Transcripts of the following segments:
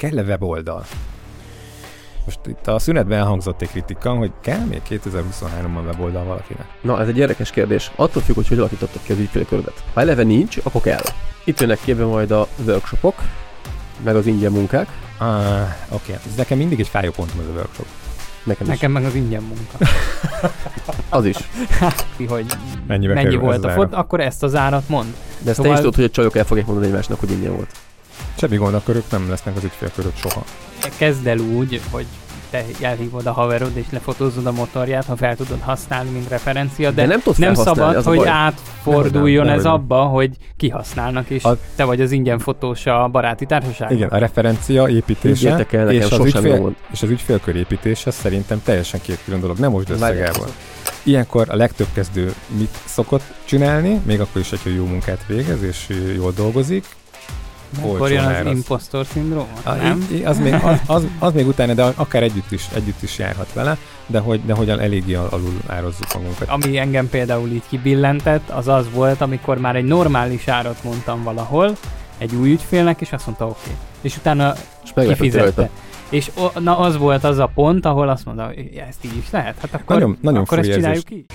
kell-e weboldal? Most itt a szünetben elhangzott egy kritika, hogy kell még 2023-ban weboldal valakinek? Na, ez egy érdekes kérdés. Attól függ, hogy alakítottak ki az ügyfélkörödet. Ha eleve nincs, akkor kell. Itt jönnek képbe majd a workshopok, meg az ingyen munkák. Oké. Ez nekem mindig egy fájó pontom ez a workshop. Nekem meg az ingyen munka. Az is. Hogy mennyi volt a fot, akkor ezt az árat mond. De ezt te is tudod, hogy a csajok el fogják mondani egymásnak, hogy ingyen volt. Semmi gond, akkor ők nem lesznek az ügyfélkörök soha. Kezd el úgy, hogy te elhívod a haverod és lefotózod a motorját, ha fel tudod használni, mint referencia, de nem szabad, hogy átforduljon ez abba, hogy kihasználnak, és te vagy az ingyen fotós a baráti társaság. Igen, a referencia építése és az ügyfélkör építése szerintem teljesen két külön dolog, nem most összegával. Ilyenkor a legtöbb kezdő mit szokott csinálni, még akkor is, hogyha jó munkát végez és jól dolgozik. Akkor jön az impostor szindróma, nem? Az még utána, de akár együtt is járhat vele, de hogyan eléggé alul árazzuk magunkat. Ami engem például így kibillentett, az volt, amikor már egy normális árat mondtam valahol, egy új ügyfélnek, és azt mondta oké. És utána kifizette. És az volt az a pont, ahol azt mondta, hogy ezt így is lehet. Hát akkor, akkor ezt csináljuk így.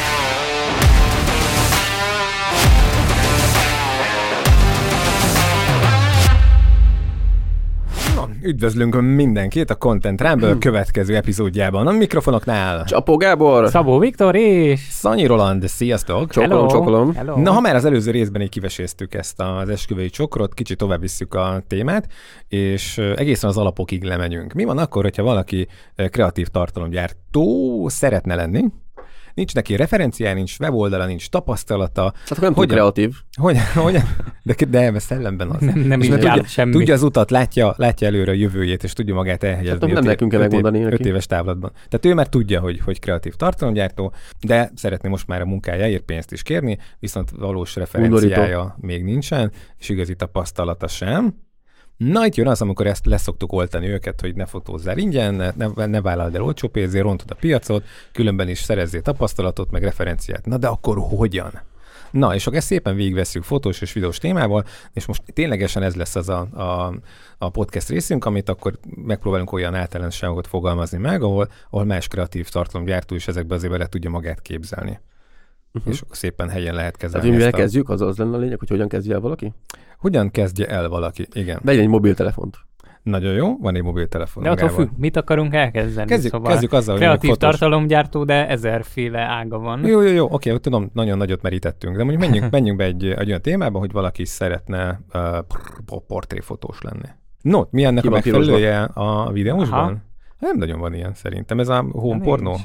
Üdvözlünk mindenkit a Content Rumble következő epizódjában. A mikrofonoknál Csapó Gábor, Szabó Viktor és Szanyi Roland. Sziasztok! Csokolom. Na, ha már az előző részben így kiveséztük ezt az esküvői csokrot, kicsit tovább visszük a témát, és egészen az alapokig lemegyünk. Mi van akkor, hogyha valaki kreatív tartalomgyártó szeretne lenni? Nincs neki referenciája, nincs weboldala, nincs tapasztalata. Hát nem túl kreatív. De ebben szellemben az. Nem is semmi. Tudja az utat, látja előre a jövőjét, és tudja magát elhegyezni. Nem nekünk kell megmondani neki. 5 éves távlatban. Tehát ő már tudja, hogy kreatív tartalomgyártó, de szeretné most már a munkájáért pénzt is kérni, viszont valós referenciája még nincsen, és igazi tapasztalata sem. Na, itt jön az, amikor ezt leszoktuk oltani őket, hogy ne fotózzál ingyen, ne vállald el olcsó pénzért, rontod a piacot, különben is szerezzél tapasztalatot, meg referenciát. Na, de akkor hogyan? Na, és akkor ezt szépen végigvesszük fotós és videós témával, és most ténylegesen ez lesz az a podcast részünk, amit akkor megpróbálunk olyan általánosságokat fogalmazni meg, ahol más kreatív tartalomgyártó is ezekbe azért bele tudja magát képzelni. És akkor szépen helyen lehet kezelni. Tehát mivel kezdjük, az lenne a lényeg, hogy hogyan kezdje el valaki? Hogyan kezdje el valaki, igen. Vegyen egy mobiltelefont. Nagyon jó, van egy mobiltelefon. De attól függ, mit akarunk elkezdeni? Kezdjük azzal, hogy kreatív tartalomgyártó, de 1000-féle ága van. Jó, oké, tudom, nagyon nagyot merítettünk, de mondjuk menjünk be egy olyan témába, hogy valaki szeretne portréfotós lenni. No, mi ennek a megfelelője a videósban? Nem nagyon van ilyen szerintem. Ez a home pornó.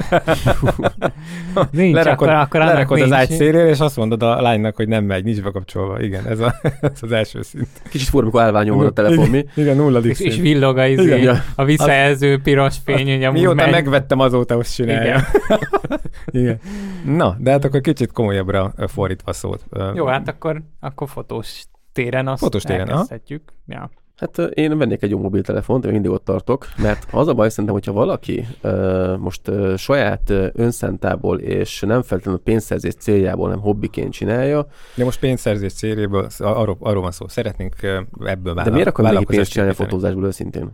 Lerakod az ágy szélére, és azt mondod a lánynak, hogy nem megy, nincs bekapcsolva. Igen, ez az első szint. Kicsit fura, amikor állványom van a telefon, mi? Igen, 0. szint. És villog a visszajelző piros fény, hogy amúgy mióta megvettem, azóta azt csinálja. Igen. Na, de hát akkor kicsit komolyabbra fordítva szót. Jó, hát akkor fotós téren azt elkezdhetjük. Ja. Hát én vennék egy jó mobiltelefont, én mindig ott tartok, mert az a baj szerintem, hogyha valaki most saját önszántából és nem feltétlenül pénzszerzés céljából, nem hobbiként csinálja. De most pénzszerzés céljából, arról van szó, szeretnénk ebből De miért akar neki pénzt csinálni a fotózásból őszintén?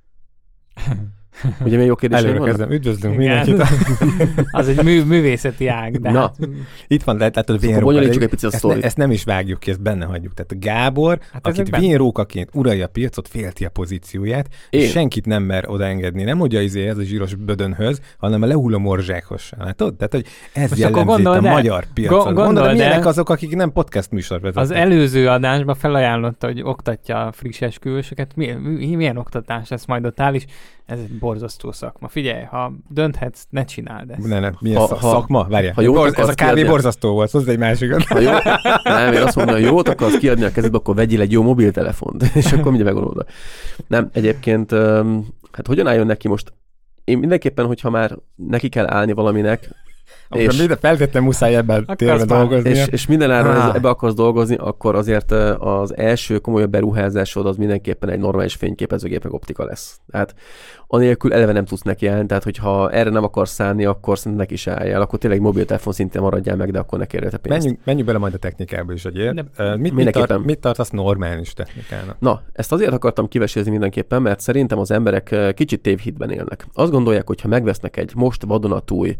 Ugye milyen jó kérdéseim vannak? Előre kezdem, üdvözlünk mindenkit. Az egy művészeti ág, de na, itt van, látod, bonyolítsuk egy picit a sztorit. Ezt nem is vágjuk ki, ezt benne hagyjuk. Tehát Gábor, akit vénrókaként uralja a piacot, félti a pozícióját, és senkit nem mer odaengedni. Nem hogy ez a zsíros bödönhöz, hanem a lehulló morzsákhoz. Látod? Tehát, hogy ez jellemzi a magyar piacon. Gondolod, milyenek azok, akik nem podcast műsorvezetnek. Az előző adásban felajánlotta, hogy oktatja a friss esküvősöket. Milyen oktatás lesz majd ott áll is? Ez egy borzasztó szakma. Figyelj, ha dönthetsz, ne csináld ezt. Nem. Milyen szakma? Várjál. Ez a kb. Borzasztó volt, hozzá egy másikat. Nem, én azt mondom, hogy jót akarsz kiadni a kezedbe, akkor vegyél egy jó mobiltelefont, és akkor mindjárt megoldod. Nem, egyébként, hát hogyan álljon neki most? Én mindenképpen, hogyha már neki kell állni valaminek, És minden feltétlenül muszáj ebben térben dolgozni. És minden áron ebbe akarsz dolgozni, akkor azért az első komolyabb beruházásod az mindenképpen egy normális fényképezőgép meg optika lesz. Tehát anélkül eleve nem tudsz neki állni, tehát hogyha erre nem akarsz szállni, akkor szerintem neki is álljál. Akkor tényleg mobiltelefon szintén maradjál meg, de akkor ne kérjél te pénzt. Menjünk bele majd a technikába is egyért. Mit tartasz normális technikának? Na, ezt azért akartam kivesézni mindenképpen, mert szerintem az emberek kicsit tévhitben élnek. Azt gondolják, hogy ha megvesznek egy most vadonatúj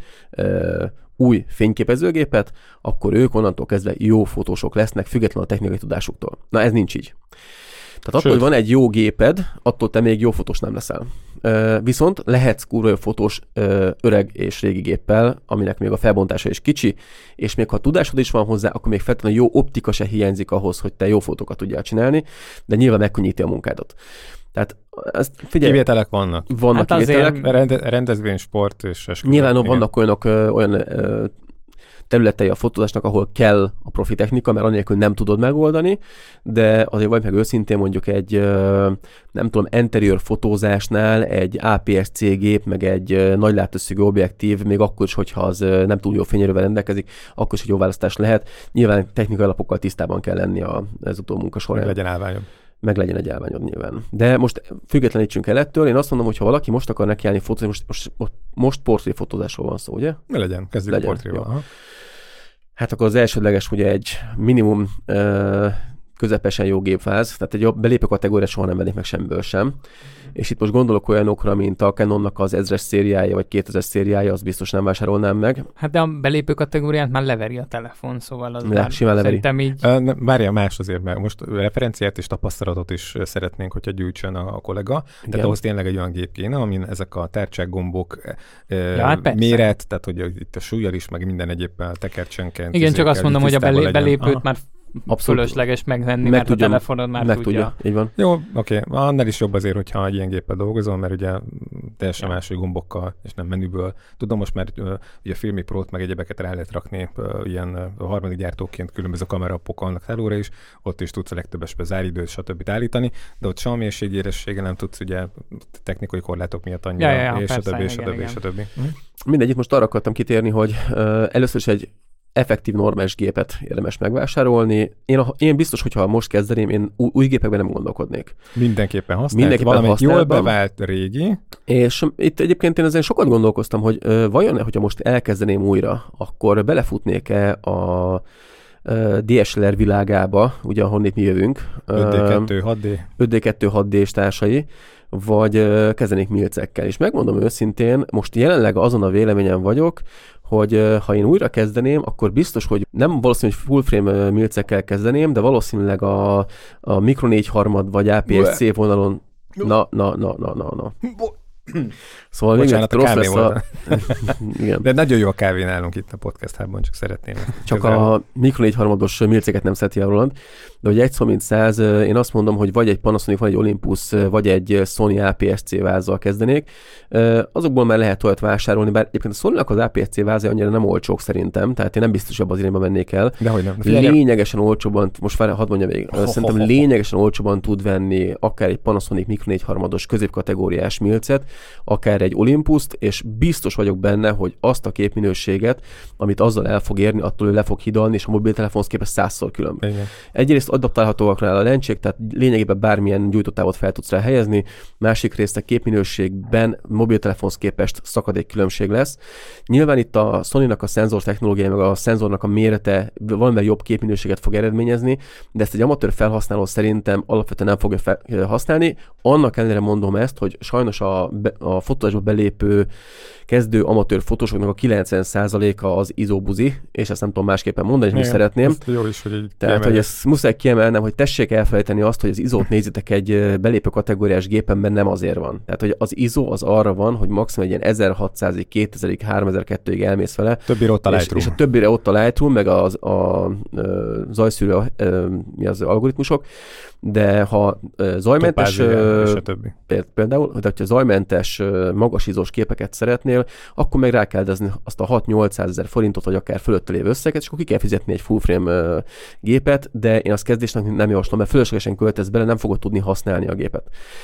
új fényképezőgépet, akkor ők onnantól kezdve jó fotósok lesznek, függetlenül a technikai tudásuktól. Na, ez nincs így. Tehát attól, hogy van egy jó géped, attól te még jó fotós nem leszel. Viszont lehetsz kurva jó fotós öreg és régi géppel, aminek még a felbontása is kicsi, és még ha tudásod is van hozzá, akkor még feltétlenül jó optika se hiányzik ahhoz, hogy te jó fotókat tudjál csinálni, de nyilván megkönnyíti a munkádat. Tehát ezt figyelj. Kivételek vannak. Vannak kivételek. Rendezvény, sport és esküvő. Nyilván vannak olyan területei a fotózásnak, ahol kell a profi technika, mert anélkül nem tudod megoldani, de azért vagy meg őszintén mondjuk egy, nem tudom, interior fotózásnál egy APS-C gép, meg egy nagy látószögű objektív, még akkor is, hogyha az nem túl jó fényerővel rendelkezik, akkor is egy jó választás lehet. Nyilván technikai alapokkal tisztában kell lenni az utómunka során. Legyen állványom. Meg legyen egy állványod nyilván. De most függetlenítsünk el ettől. Én azt mondom, hogy ha valaki most akar nekiállni fotózni, most portréfotózásról van szó, ugye? Ne legyen, kezdjük portréval. Hát akkor az elsődleges ugye egy minimum közepesen jó gépváz, tehát egy belépő kategóriát soha nem vennék meg semmiből sem. És itt most gondolok olyanokra, mint a Canonnak az 1000-es szériája, vagy 2000-es szériája, az biztos nem vásárolnám meg. Hát de a belépő kategóriát már leveri a telefon, szóval az simán leveri. Szerintem így... Várjál más azért, mert most referenciát és tapasztalatot is szeretnénk, hogyha gyűjtsön a kollega. Igen. Tehát ahhoz tényleg egy olyan gép kéne, amin ezek a tárcsák, gombok, méret, tehát hogy itt a súlyjal is, meg minden egyéb tekercsenként. Igen, csak azt mondom, hogy a belépőt már abszolút fölösleges megvenni, mert a telefonod már tudja. Így van. Jó, oké. Annál is jobb azért, hogyha egy ilyen géppel dolgozol, mert ugye teljesen más gombokkal, és nem menüből. Tudom, most már ugye a Filmi Pro-t meg egyebeket rá lehet rakni ilyen harmadik gyártóként különböző kamerapokolnak előre is, ott is tudsz a legtöbb esetben záridőt, stb. Állítani, de ott sem mélységéressége nem tudsz ugye technikai korlátok miatt annyira, és stb. Mindegy, itt most arra akartam kitérni, hogy először is egy effektív normális gépet érdemes megvásárolni. Én biztos, hogyha most kezdeném, én új gépekben nem gondolkodnék. Mindenképpen használt, valamelyik jól bevált régi. És itt egyébként én ezen sokat gondolkoztam, hogy vajon, hogyha most elkezdeném újra, akkor belefutnék-e a DSLR világába, ugye ahonnét mi jövünk. 5D2 6D. 5D2 6D-s társai, vagy kezdenék milcekkel. És megmondom őszintén, most jelenleg azon a véleményen vagyok, hogy ha én újra kezdeném, akkor biztos, hogy nem valószínű, hogy full frame milcekkel kezdeném, de valószínűleg a Micro 4/3 vagy APS-C vonalon na. Szóval bocsánat, a kávé volt. Igen. De nagyon jó a kávé nálunk itt a Podcast Hubban, csak szeretném. Csak a Micro 4/3 milceket nem szereti a Roland, de hogy egy szó mint 100, én azt mondom, hogy vagy egy Panasonic, vagy egy Olympus, vagy egy Sony APS-C vázzal kezdenék. Azokból már lehet olyat vásárolni, bár egyébként a Sony-nak az APS-C vázai annyira nem olcsók szerintem, tehát én nem biztos, hogy abban az irányba mennék el. Dehogy nem. Lényegesen olcsóban, most hadd mondjam végig, szerintem lényegesen olcsóban tud venni akár egy Panasonic Micro 4/3 középkategóriás milcet, akár egy Olympust, és biztos vagyok benne, hogy azt a képminőséget, amit azzal el fog érni, attól ő le fog hidalni, és a mobiltelefonhoz képest 100-szor különb. Egyrészt adaptálhatóak rá a lencsék, tehát lényegében bármilyen gyújtótávot fel tudsz rá helyezni, másik részt a képminőségben mobiltelefonhoz képest szakadék különbség lesz. Nyilván itt a Sony-nak a szenzor technológiája, meg a szenzornak a mérete valamivel jobb képminőséget fog eredményezni, de ezt egy amatőr felhasználó szerintem alapvetően nem fogja használni. Annak ellenére mondom ezt, hogy sajnos a fotózásba belépő kezdő amatőr fotósoknak a 90%-a az izobuzi, és ezt nem tudom másképpen mondani, és most szeretném. Jó is, hogy tehát, hogy ezt muszáj kiemelnem, hogy tessék elfelejteni azt, hogy az izót nézitek egy belépő kategóriás gépenben nem azért van. Tehát, hogy az izó az arra van, hogy maximum egy ilyen 1600-ig, 2000-ig, 3002-ig elmész vele. Többire ott a Lightroom. És a többire ott a Lightroom, meg a zajszűrő mi az algoritmusok, de ha zajmentes például, de ha zajmentes magas izós képeket szeretnél, akkor meg rá kell dezni azt a 6-800 ezer forintot, vagy akár fölötte lévő összeget, és akkor ki kell fizetni egy full frame gépet, de én azt kezdésnek nem javaslom, mert fölöslegesen költesz bele, nem fogod tudni használni a gépet.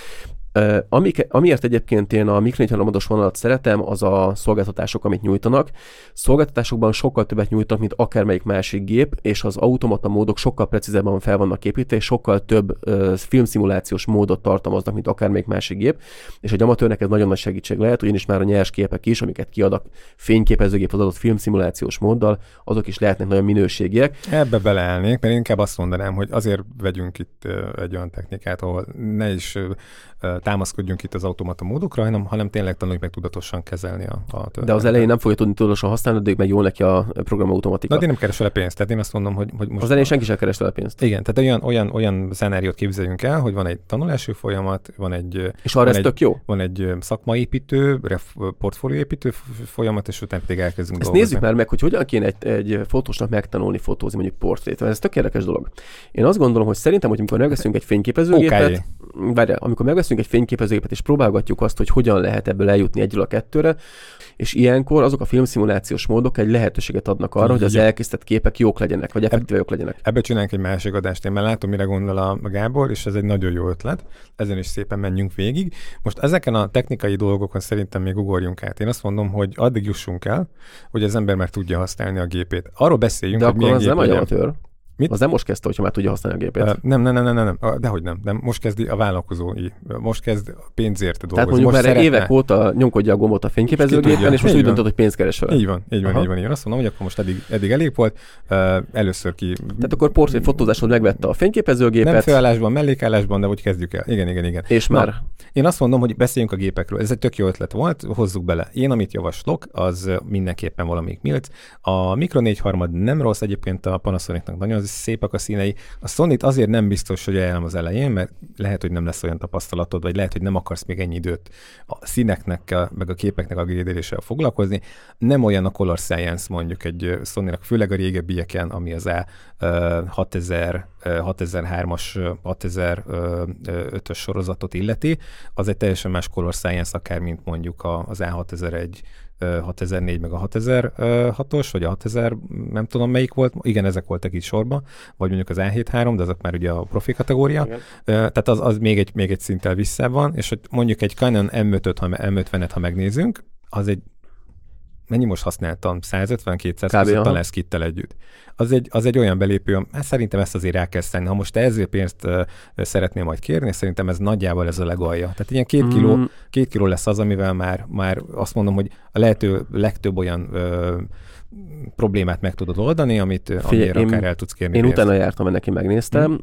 Amiért egyébként én a Micro 4.3-as vonalat szeretem, az a szolgáltatások, amit nyújtanak. Szolgáltatásokban sokkal többet nyújtanak, mint akármelyik másik gép, és az automata módok sokkal precízebben fel vannak építve, és sokkal több filmszimulációs módot tartalmaznak, mint akármelyik másik gép, és egy amatőrnek ez nagyon nagy segítség lehet, ugyanis már a nyers képek is, amiket kiad a fényképezőgép az adott filmszimulációs móddal, azok is lehetnek nagyon minőségiek. Ebbe beleállnék, mert én inkább azt mondanám, hogy azért vegyünk itt egy olyan technikát, ahol ne is támaszkodjunk itt az automata módokra, hanem tényleg tanuljuk meg tudatosan kezelni a történetet. De az elején nem fogja tudni tudatosan használni, de meg jól neki a program automatika. De én nem keres vele pénzt, tehát én azt mondom, hogy most... Az elején senki sem keres vele pénzt. Igen, tehát olyan szenáriót képzeljünk el, hogy van egy tanulási folyamat, van egy... És arra ez tök jó? Van egy szakmaépítő, portfólióépítő folyamat, és utána pedig elkezdünk dolgozni. Nézzük már meg, hogy hogyan kéne egy fotósnak megtanulni fotózni, mondjuk portrét. Ez tök érdekes dolog. Én azt gondolom, hogy szerintem, hogy amikor megveszünk egy fényképezőgépet, amikor megveszünk egy fényképezőgépet, és próbálgatjuk azt, hogy hogyan lehet ebből eljutni egyről a kettőre, és ilyenkor azok a filmszimulációs módok egy lehetőséget adnak arra, hogy az elkészített képek jók legyenek, vagy effektíve jók legyenek. Ebből csinálunk egy másik adást, én már látom, mire gondol a Gábor, és ez egy nagyon jó ötlet. Ezen is szépen menjünk végig. Most ezeken a technikai dolgokon szerintem még ugorjunk át. Én azt mondom, hogy addig jussunk el, hogy az ember már tudja használni a gépét. Arról beszéljünk, hogy milyen gép legyen. Mit? Az nem most kezdte, hogyha már tudja használni a gépet. Nem. Dehogy nem. Most kezdi a vállalkozói. Most kezd pénzért dolgozni. Tehát mondjuk most már évek óta nyomkodja a gombot a fényképezőgépen, és most úgy döntött, hogy pénzt keres vele. Így van. Azt mondom, hogy akkor most eddig elég volt. Először ki... Tehát akkor portrétfotózáson megvette a fényképezőgépet. Nem főállásban, mellékállásban, de hogy kezdjük el. Igen. És már... Én azt mondom, hogy beszéljünk a gépekről. Ez egy tök jó ötlet volt, hozzuk bele. Én, amit javaslok, az mindenképpen valamelyik Milc. A Micro 4.3 nem rossz, egyébként a Panasonicnak nagyon szépek a színei. A Sony-t azért nem biztos, hogy ajánlom az elején, mert lehet, hogy nem lesz olyan tapasztalatod, vagy lehet, hogy nem akarsz még ennyi időt a színeknek, meg a képeknek a grédeléssel foglalkozni. Nem olyan a Color Science mondjuk egy Sony-nak, főleg a régebbieken, ami az A6000, 6003-as, 6005-ös sorozatot illeti. Az egy teljesen más Color Science, akár mint mondjuk az A6001, 6004 meg a 6006-os, vagy a 6000, nem tudom melyik volt, igen, ezek voltak itt sorban, vagy mondjuk az A73, de azok már ugye a profi kategória, tehát az még egy szinttel vissza van, és hogy mondjuk egy Canon M50-et, ha megnézünk, az egy, mennyi most használtam? 150-200 talán skittel együtt. Az egy olyan belépő, szerintem ezt azért el kell szenni. Ha most te ezért pénzt szeretnél majd kérni, szerintem ez nagyjából ez a legalja. Tehát ilyen 2 kiló lesz az, amivel már azt mondom, hogy a lehető legtöbb olyan problémát meg tudod oldani, amiért akár el tudsz kérni. Én utána jártam ennek, én megnéztem.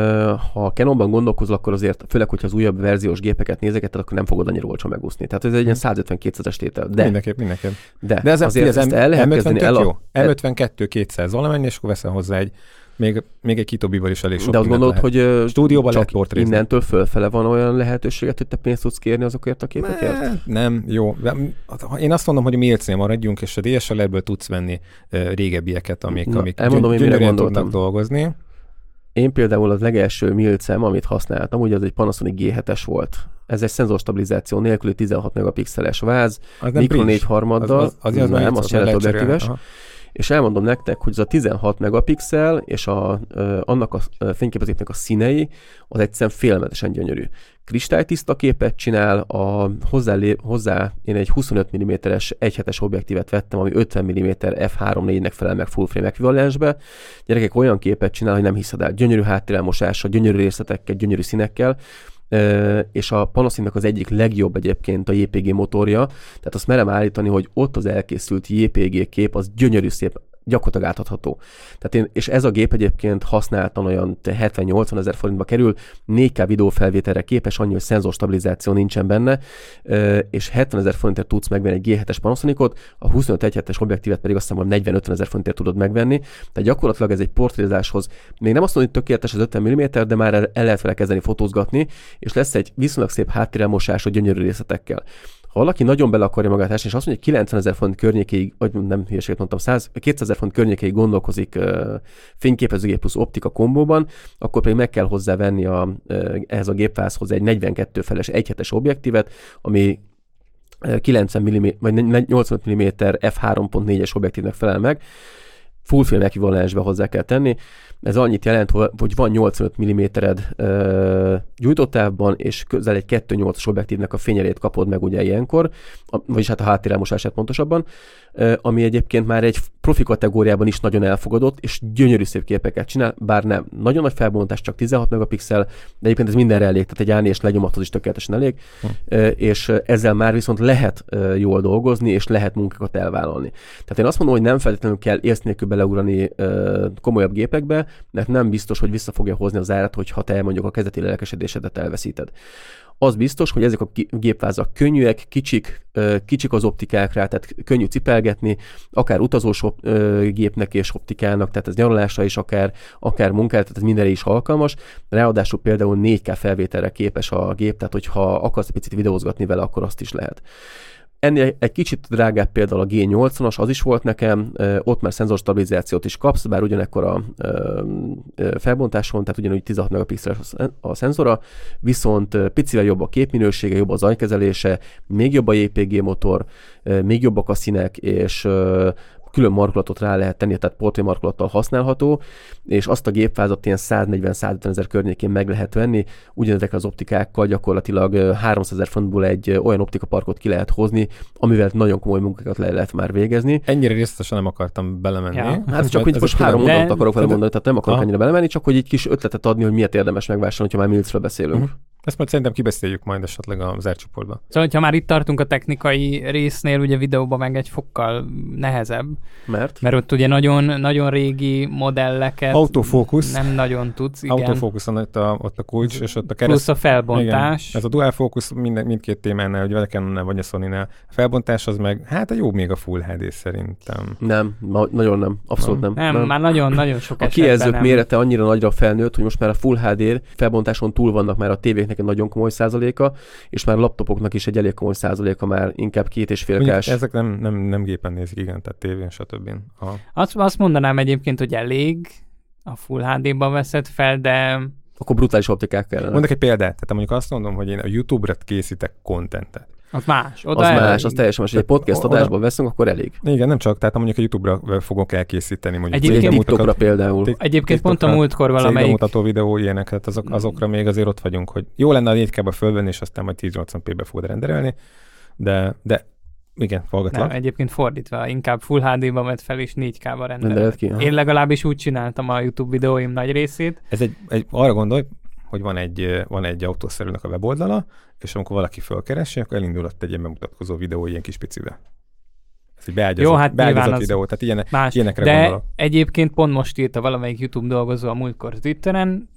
Ha Canonban gondolkozol, akkor azért, főleg, hogyha az újabb verziós gépeket nézegeted, akkor nem fogod annyira olcsón megúszni. Tehát ez egy ilyen 150-200-es tétel. De mindenképp. De ez azért ezt el lehet kezdeni. M52 200 valamennyi, és akkor veszel hozzá még egy Kitobival is elég sok. De azt gondolod, hogy stúdióban csak innentől fölfele van olyan lehetőséget, hogy te pénzt tudsz kérni azokért a képekért? Nem, jó. Én azt mondom, hogy a Milcnél maradjunk, és a DSLR-ből tudsz venni régebbieket, amik gyönyörűen tudnak dolgozni. Én például az legelső Milcem, amit használtam, ugye az egy Panasonic G7-es volt. Ez egy szenzorstabilizáció nélküli 16 megapixeles váz, Micro 4.3-dal, az se lett objektíves. És elmondom nektek, hogy ez a 16 megapixel és annak a fényképezőgépnek a színei az egyszerűen félelmetesen gyönyörű. Kristálytiszta képet csinál, hozzá én egy 25 mm-es 1.7-es objektívet vettem, ami 50 mm f3.4-nek felel meg full frame ekvivalensbe. Gyerekek, olyan képet csinál, hogy nem hiszed el. Gyönyörű háttérelmosása, gyönyörű részletekkel, gyönyörű színekkel, és a Panasonicnak az egyik legjobb egyébként a JPG motorja, tehát azt merem állítani, hogy ott az elkészült JPG kép az gyönyörű szép, gyakorlatilag átadható. Tehát és ez a gép egyébként használtan olyan 70-80 ezer forintba kerül, 4K videófelvételre képes, annyi, hogy szenzorstabilizáció nincsen benne, és 70 ezer forintért tudsz megvenni egy G7-es Panasonicot, a 25 1.7-es objektívet pedig azt hiszem, 40-50 ezer forintért tudod megvenni. Tehát gyakorlatilag ez egy portrézáshoz még nem azt mondom, hogy tökéletes az 50 mm, de már el lehet vele kezdeni fotózgatni, és lesz egy viszonylag szép háttérelmosás a gyönyörű részletekkel. Ha valaki nagyon bele akarja magát ásni, és azt mondja, hogy 90 ezer font környékéig, vagy nem hülyeséget mondtam, 200 ezer font környékéig gondolkozik fényképezőgép plusz optika kombóban, akkor pedig meg kell hozzávenni ehhez a gépvázhoz egy 42 feles 1.7-es objektívet, ami 90 mm, vagy 85 mm f3.4-es objektívnek felel meg. full-film ekvivalensbe hozzá kell tenni. Ez annyit jelent, hogy van 85 mm-ed gyújtótávban, és közel egy 2.8-as objektívnek a fényerét kapod meg ugye ilyenkor, vagyis hát a háttérelmosását pontosabban, ami egyébként már egy profi kategóriában is nagyon elfogadott, és gyönyörű szép képeket csinál, bár nem nagyon nagy felbontás, csak 16 megapixel, de egyébként ez mindenre elég, tehát egy A4-es legyomathoz is tökéletesen elég, és ezzel már viszont lehet jól dolgozni, és lehet munkákat elvállalni. Tehát én azt mondom, hogy nem feltétlenül kell ész nélkül beleugrani komolyabb gépekbe, mert nem biztos, hogy vissza fogja hozni az árat, hogyha te mondjuk a kezdeti lelkesedésedet elveszíted. Az biztos, hogy ezek a gépvázak könnyűek, kicsik az optikák rá, tehát könnyű cipelgetni, akár utazós gépnek és optikának, tehát ez nyaralásra is akár munkára, tehát ez mindenre is alkalmas. Ráadásul például 4K felvételre képes a gép, tehát hogyha akarsz egy picit videózgatni vele, akkor azt is lehet. Ennél egy kicsit drágább például a G80-as, az is volt nekem, ott már szenzorstabilizációt is kapsz, bár ugyanekkor a felbontáson, tehát ugyanúgy 16 megapixeles a szenzora, viszont picivel jobb a képminősége, jobb a zajkezelése, még jobb a JPG motor, még jobbak a színek, és külön markolatot rá lehet tenni, tehát portré markolattal használható, és azt a gépvázat ilyen 140-150 ezer környékén meg lehet venni, ugyanezek az optikákkal gyakorlatilag 300 000 fontból egy olyan optikaparkot ki lehet hozni, amivel nagyon komoly munkákat lehet már végezni. Ennyire részletesen nem akartam belemenni. Ja. Hát csak hogy most 3 mondatot akarok vele mondani, tehát nem akarok ennyire belemenni, csak hogy egy kis ötletet adni, hogy miért érdemes megvásárolni, ha már Milcről beszélünk. Ezt majd szerintem kibeszéljük majd esetleg az árcsoportban. Szóval, ha már itt tartunk a technikai résznél, ugye videóban meg egy fokkal nehezebb. Mert ott ugye nagyon, nagyon régi modelleket autofókusz. Nem nagyon tudsz, igen. Autofókuszon ott a kulcs, és ott a plusz a felbontás. Igen. Ez a dual fókusz mindkét témánál, hogy Canonnál vagy a Sonynál. A felbontás az meg, hát a jó még a Full HD szerintem. Nem, nagyon nem. Abszolút nem. Nem, már nagyon-nagyon sok esetben a kijelzők mérete annyira nagyra felnőtt, hogy most már a Full HD felbontáson túl vannak már a tévéknek egy nagyon komoly százaléka, és már a laptopoknak is egy elég komoly százaléka már inkább 2,5K-s. Ezek nem gépen nézik, igen, tehát tévén, stb. Azt mondanám egyébként, hogy elég a Full HD-ban veszed fel, de... Akkor brutális optikák kellene. Mondok egy példát, tehát mondjuk azt mondom, hogy én a YouTube-ra készítek contentet. Az más. Az más, az teljesen más. Egy podcast adásban veszünk, akkor elég. Igen, nem csak, tehát mondjuk a YouTube-ra fogok elkészíteni. Mondjuk TikTokra például. Egyébként pont a múltkor valamelyik... mutató videó ilyenek, tehát azokra még azért ott vagyunk, hogy jó lenne a 4K-ba fölvenni, és aztán majd 1080p-be fogod renderelni, de igen, hallgatlak. Egyébként fordítva, inkább Full HD-ba vett fel, és 4K-ba rendeled ki. Én legalábbis úgy csináltam a YouTube videóim nagy részét. Ez arra gondolj, hogy van egy autószerűnek a weboldala, és amikor valaki fölkeresi, akkor elindul ott egy ilyen bemutatkozó videó ilyen kis picibe. Ez egy beágyazott videó, tehát ilyenekre de gondolok. Egyébként pont most írta valamelyik YouTube dolgozó a múltkor Twitteren,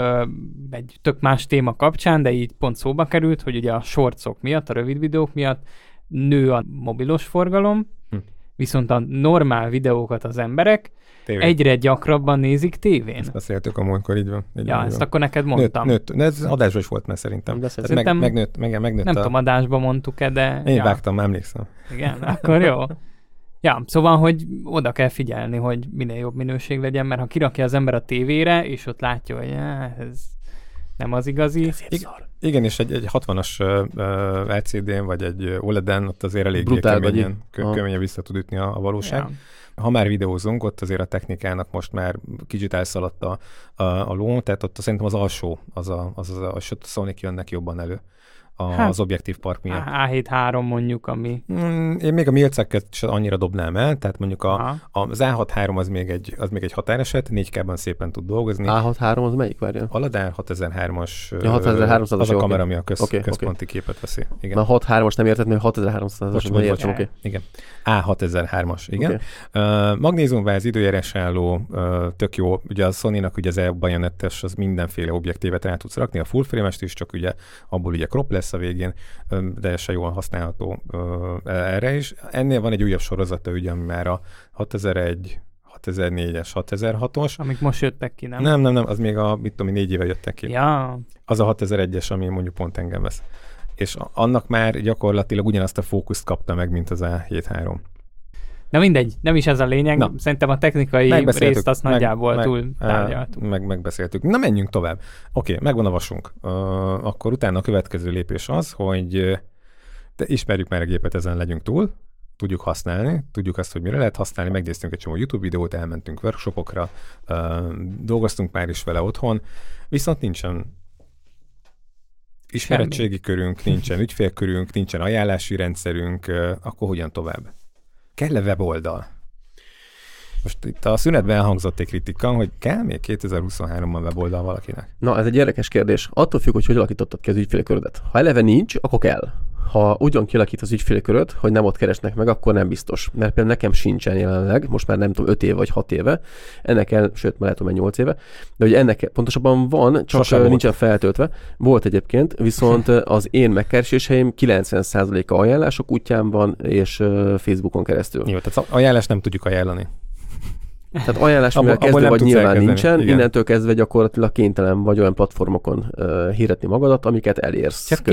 egy tök más téma kapcsán, de így pont szóba került, hogy ugye a shortsok miatt, a rövid videók miatt nő a mobilos forgalom, viszont a normál videókat az emberek egyre gyakrabban nézik tévén. Ezt beszéltük a múltkor, így van. Ezt akkor neked mondtam. Nőtt. Ez adásban is volt már szerintem. Megnőtt. Nem tudom, adásban mondtuk-e, de... Én vágtam, emlékszem. Igen, akkor jó. Ja, szóval, hogy oda kell figyelni, hogy minél jobb minőség legyen, mert ha kirakja az ember a tévére, és ott látja, hogy ez nem az igazi. Igen, és egy 60-as LCD-n, vagy egy OLED-en ott azért elég keményen vissza tud ütni a valóság. Ja. Ha már videózunk, ott azért a technikának most már kicsit elszaladt a ló, tehát ott szerintem az alsó, a Sony jönnek jobban elő az objektív park miatt. A7-3 mondjuk, ami... Én még a milceket is annyira dobnám el, tehát mondjuk az A6-3 az még egy határeset, 4K-ban szépen tud dolgozni. A6-3 az melyik várja? A Ladár 6003-as, ja, 6300 az a kamera, ami a központi képet veszi. Igen. Na 6-3-as nem érted, mert 6300-as. Okay. Igen. A6003-as, igen. Okay. Magnéziumváz, időjárás álló, tök jó. Ugye a Sony-nak ugye az E-bajonettes, az mindenféle objektívet rá tudsz rakni, a full frame-est is, csak ugye abból ugye crop lesz a végén, teljesen jól használható erre is. Ennél van egy újabb sorozata, ugye, ami már a 6001, 6004-es, 6006-os. Amik most jöttek ki, nem? Nem, az még 4 éve jöttek ki. Ja. Az a 6001-es, ami mondjuk pont engem vesz. És annak már gyakorlatilag ugyanazt a fókuszt kapta meg, mint az A7-3. Na mindegy, nem is ez a lényeg. Na. Szerintem a technikai részt azt nagyjából túl tárgyaltuk. Megbeszéltük. Na menjünk tovább. Oké, megvan a vasunk. Akkor utána a következő lépés az, hogy ismerjük már a gépet, ezen legyünk túl. tudjuk használni, tudjuk azt, hogy mire lehet használni, megnéztünk egy csomó YouTube videót, elmentünk workshopokra, dolgoztunk már is vele otthon, viszont nincsen ismeretségi körünk, nincsen ügyfélkörünk, nincsen ajánlási rendszerünk, akkor hogyan tovább? Kell-e weboldal? Most itt a szünetben elhangzott egy kritika, hogy kell még 2023-ban weboldal valakinek? Na, ez egy érdekes kérdés. Attól függ, hogy alakítottad ki az ügyfélkörödet. Ha eleve nincs, akkor kell. Ha ugyan kialakít az ügyfélköröd, hogy nem ott keresnek meg, akkor nem biztos. Mert például nekem sincsen jelenleg, most már nem tudom, 5 éve vagy 6 éve, ennek sőt, már lehet, hogy 8 éve, de hogy ennek pontosabban van, csak nincsen feltöltve. Volt egyébként, viszont az én megkereséseim 90%-a ajánlások útján van, és Facebookon keresztül. Jó, tehát ajánlást nem tudjuk ajánlani. Tehát ajánlás, mivel kezdő vagy nyilván nincsen, igen. Innentől kezdve gyakorlatilag kénytelen vagy olyan platformokon hirdetni magadat, amiket elérsz. Csak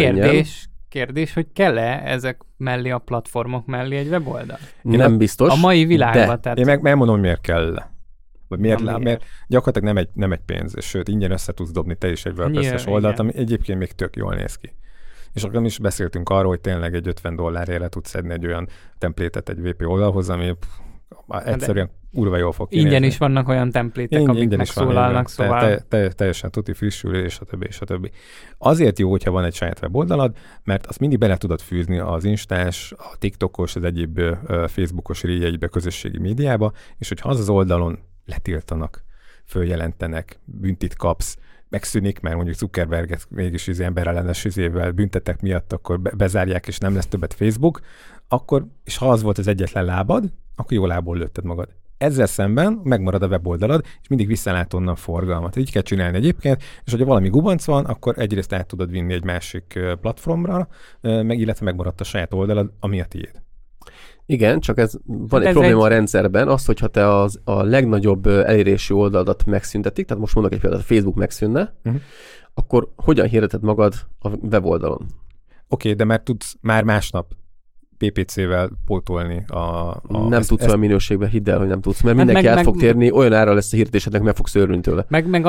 kérdés, hogy kell-e ezek mellé a platformok mellé egy weboldal? Nem biztos. A mai világban. Tehát... Én megmondom, hogy miért kell. Vagy mert gyakorlatilag nem egy pénz, és sőt, ingyen össze tudsz dobni te is egy WordPress-es oldalt, ami egyébként még tök jól néz ki. És akkor is beszéltünk arról, hogy tényleg egy $50 le tudsz szedni egy olyan templétet egy WP oldalhoz, ami egyszerűen kurva jól fog kinézni. Ingyen is vannak olyan templétek, amik megszólalnak, szóval... Teljesen tuti frissül, és a többi. Azért jó, hogyha van egy saját weboldalad, mert azt mindig bele tudod fűzni az Instás, a TikTokos, az egyéb Facebookos réjegybe, közösségi médiába, és hogyha az oldalon letiltanak, följelentenek, büntit kapsz, megszűnik, mert mondjuk Zuckerberget mégis emberellenes izével büntetek miatt, akkor bezárják, és nem lesz többet Facebook, akkor, és ha az volt az egyetlen lábad, akkor jó lából lőtted magad. Ezzel szemben megmarad a weboldalad, és mindig visszalát onnan forgalmat. Így kell csinálni egyébként, és hogyha valami gubanc van, akkor egyrészt át tudod vinni egy másik platformra, illetve megmaradt a saját oldalad, ami a tiéd. Igen, csak van egy probléma a rendszerben, az, hogyha te a legnagyobb elérési oldaladat megszüntetik, tehát most mondok egy példát, a Facebook megszűnne, akkor hogyan hirdeted magad a weboldalon? Oké, de már tudsz már másnap PPC-vel pótolni nem tudsz olyan minőségben, hidd el, hogy nem tudsz, mert mindenki át fog térni, olyan ára lesz a hirdetésednek, meg fogsz örülni tőle. Meg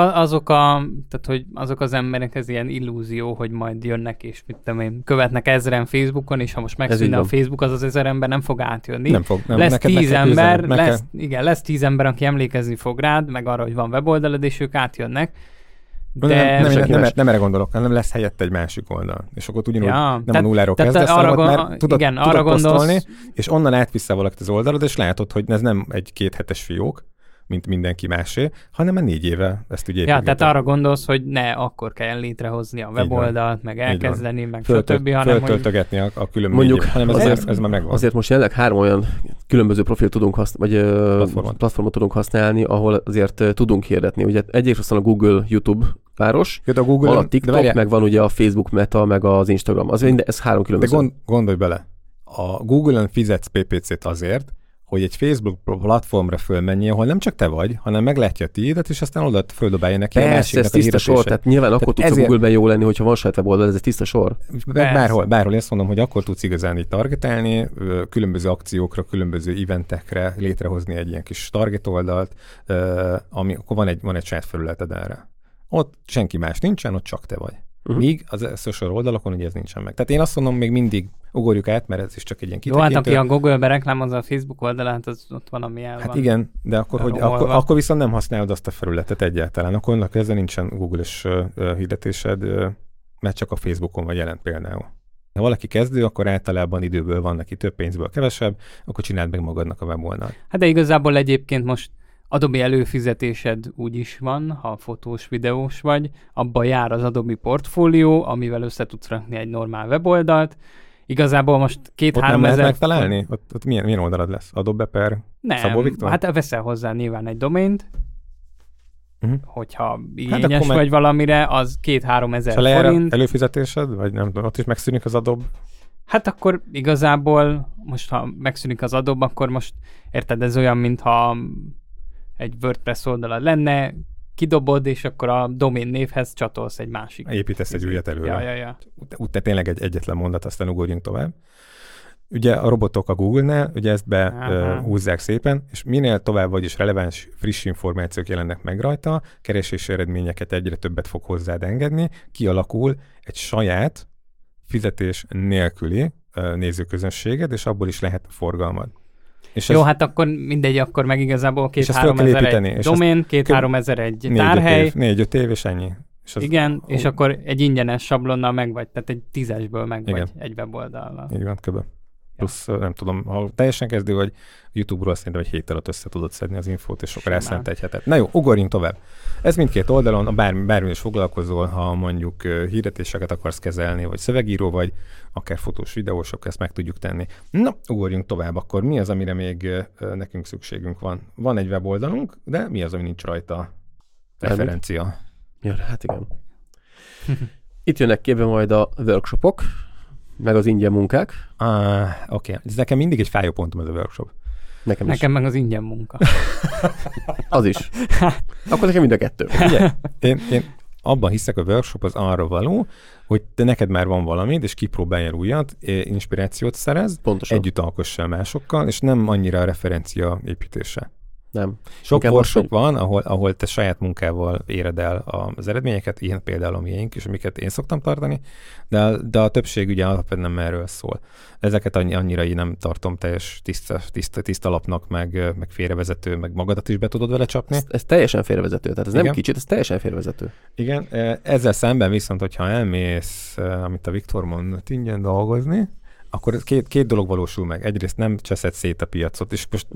azok az emberek, ez ilyen illúzió, hogy majd jönnek és mit tudom én, követnek 1000-en Facebookon, és ha most megszűnne a Facebook, az 1000 ember nem fog átjönni. Nem fog. Nem, lesz 10 ember, lesz 10 ember, aki emlékezni fog rád, meg arra, hogy van weboldalad, és ők átjönnek. De nem erre gondolok, hanem lesz helyett egy másik oldal. És akkor ugyanúgy nem a nulláról kezdesz, hanem már tudod posztolni, és onnan átvisszál valakit az oldalad, és látod, hogy ez nem egy 2 hetes fiók, mint mindenki másé, hanem már 4 éve ezt ugye építgetem. Ja, tehát arra gondolsz, hogy ne akkor kell létrehozni a weboldalt, meg elkezdeni, meg stb. Föltöltögetni a külön mondjuk, hanem ez már megvan. Azért most jelenleg 3 olyan különböző profilt tudunk használni, vagy platformot tudunk használni, ahol azért tudunk hirdetni. Ugye egyrészt van a Google, YouTube páros, van a TikTok, meg van ugye a Facebook Meta, meg az Instagram. Ez 3 különböző. De gondolj bele, a Google-on fizetsz PPC-t azért, hogy egy Facebook platformra fölmenjél, ahol nem csak te vagy, hanem meglátja a tiédet, és aztán oda földobálja neki a másiknak ez tiszta sor, tehát nyilván akkor tudsz a Google-ben jó lenni, hogyha van saját weboldal, ez egy tiszta sor. Bárhol ezt mondom, hogy akkor tudsz igazán így targetálni, különböző akciókra, különböző eventekre létrehozni egy ilyen kis target oldalt, akkor van egy saját felületed erre. Ott senki más nincsen, ott csak te vagy. Míg az social oldalakon ugye ez nincsen meg. Tehát én azt mondom, még mindig ugorjuk át, mert ez is csak egy ilyen kitekintő. Jó, hát aki a Google-be reklámozza a Facebook oldalát, az ott van, ami el van. Hát igen, de akkor viszont nem használod azt a felületet egyáltalán. Akkor ezzel nincsen Google-es hirdetésed, mert csak a Facebookon vagy jelent például. Ha valaki kezdő, akkor általában időből van neki több, pénzből kevesebb, akkor csináld meg magadnak a weboldalt. Hát de igazából egyébként most Adobe előfizetésed úgy is van, ha fotós, videós vagy, abba jár az Adobe portfólió, amivel össze tudsz rakni egy normál weboldalt. Igazából most 2-3 ezer... nem lehet megtalálni? Ott milyen oldalad lesz? Adobe per Szabó Viktor? Hát veszel hozzá nyilván egy domaint, hogyha igényes vagy valamire, az 2-3 ezer forint. Előfizetésed? Vagy nem tudom, ott is megszűnik az Adobe? Hát akkor igazából, most ha megszűnik az Adobe, akkor most érted, ez olyan, mintha egy WordPress oldalad lenne, kidobod, és akkor a domain névhez csatolsz egy másik. Építesz egy újat előre. Ja. Úgy tényleg egy egyetlen mondat, aztán ugorjunk tovább. Ugye a robotok a Google-nál, ugye ezt behúzzák szépen, és minél tovább vagy is releváns, friss információk jelennek meg rajta, keresési eredményeket egyre többet fog hozzád engedni, kialakul egy saját fizetés nélküli nézőközönséged, és abból is lehet forgalmad. És jó, hát akkor mindegy, akkor meg igazából 2-3 ezer egy domén, 2-3 ezer egy tárhely. 4-5 év, és ennyi. És igen, és akkor egy ingyenes sablonnal meg vagy, tehát egy 10-esből meg vagy egy weboldallal. Így van, kb. Plusz nem tudom, ha teljesen kezdő vagy, YouTube-ról szerintem egy hét alatt össze tudod szedni az infót, és akkor elszánt egy hetet. Na jó, ugorjunk tovább. Ez mindkét oldalon, bármi is foglalkozol, ha mondjuk hirdetéseket akarsz kezelni, vagy szövegíró, vagy akár fotós, videós, akkor ezt meg tudjuk tenni. Na, ugorjunk tovább, akkor mi az, amire még nekünk szükségünk van? Van egy weboldalunk, de mi az, ami nincs rajta? Referencia. Ja, hát igen. Itt jönnek képbe majd a workshopok, meg az ingyen munkák. Oké. Ez nekem mindig egy fájó pontom ez a workshop. Nekem meg az ingyen munka. Az is. Akkor nekem mind a kettő. Ugye, én abban hiszek, a workshop az arra való, hogy te neked már van valamit, és kipróbáljál újat, inspirációt szerez, pontosan. Együtt alkossál másokkal, és nem annyira a referencia építése. Nem. Sok workshop van, ahol te saját munkával éred el az eredményeket, ilyen például a miénk is, amiket én szoktam tartani, de a többség ugye alapvetően nem erről szól. Ezeket annyira én nem tartom teljes tiszta lapnak, meg félrevezető, meg magadat is be tudod vele csapni. Ez teljesen félrevezető, tehát ez nem kicsit, ez teljesen félrevezető. Igen, ezzel szemben viszont, hogyha elmész, amit a Viktor mondott, ingyen dolgozni, akkor két dolog valósul meg. Egyrészt nem cseszed szét a piacot, és most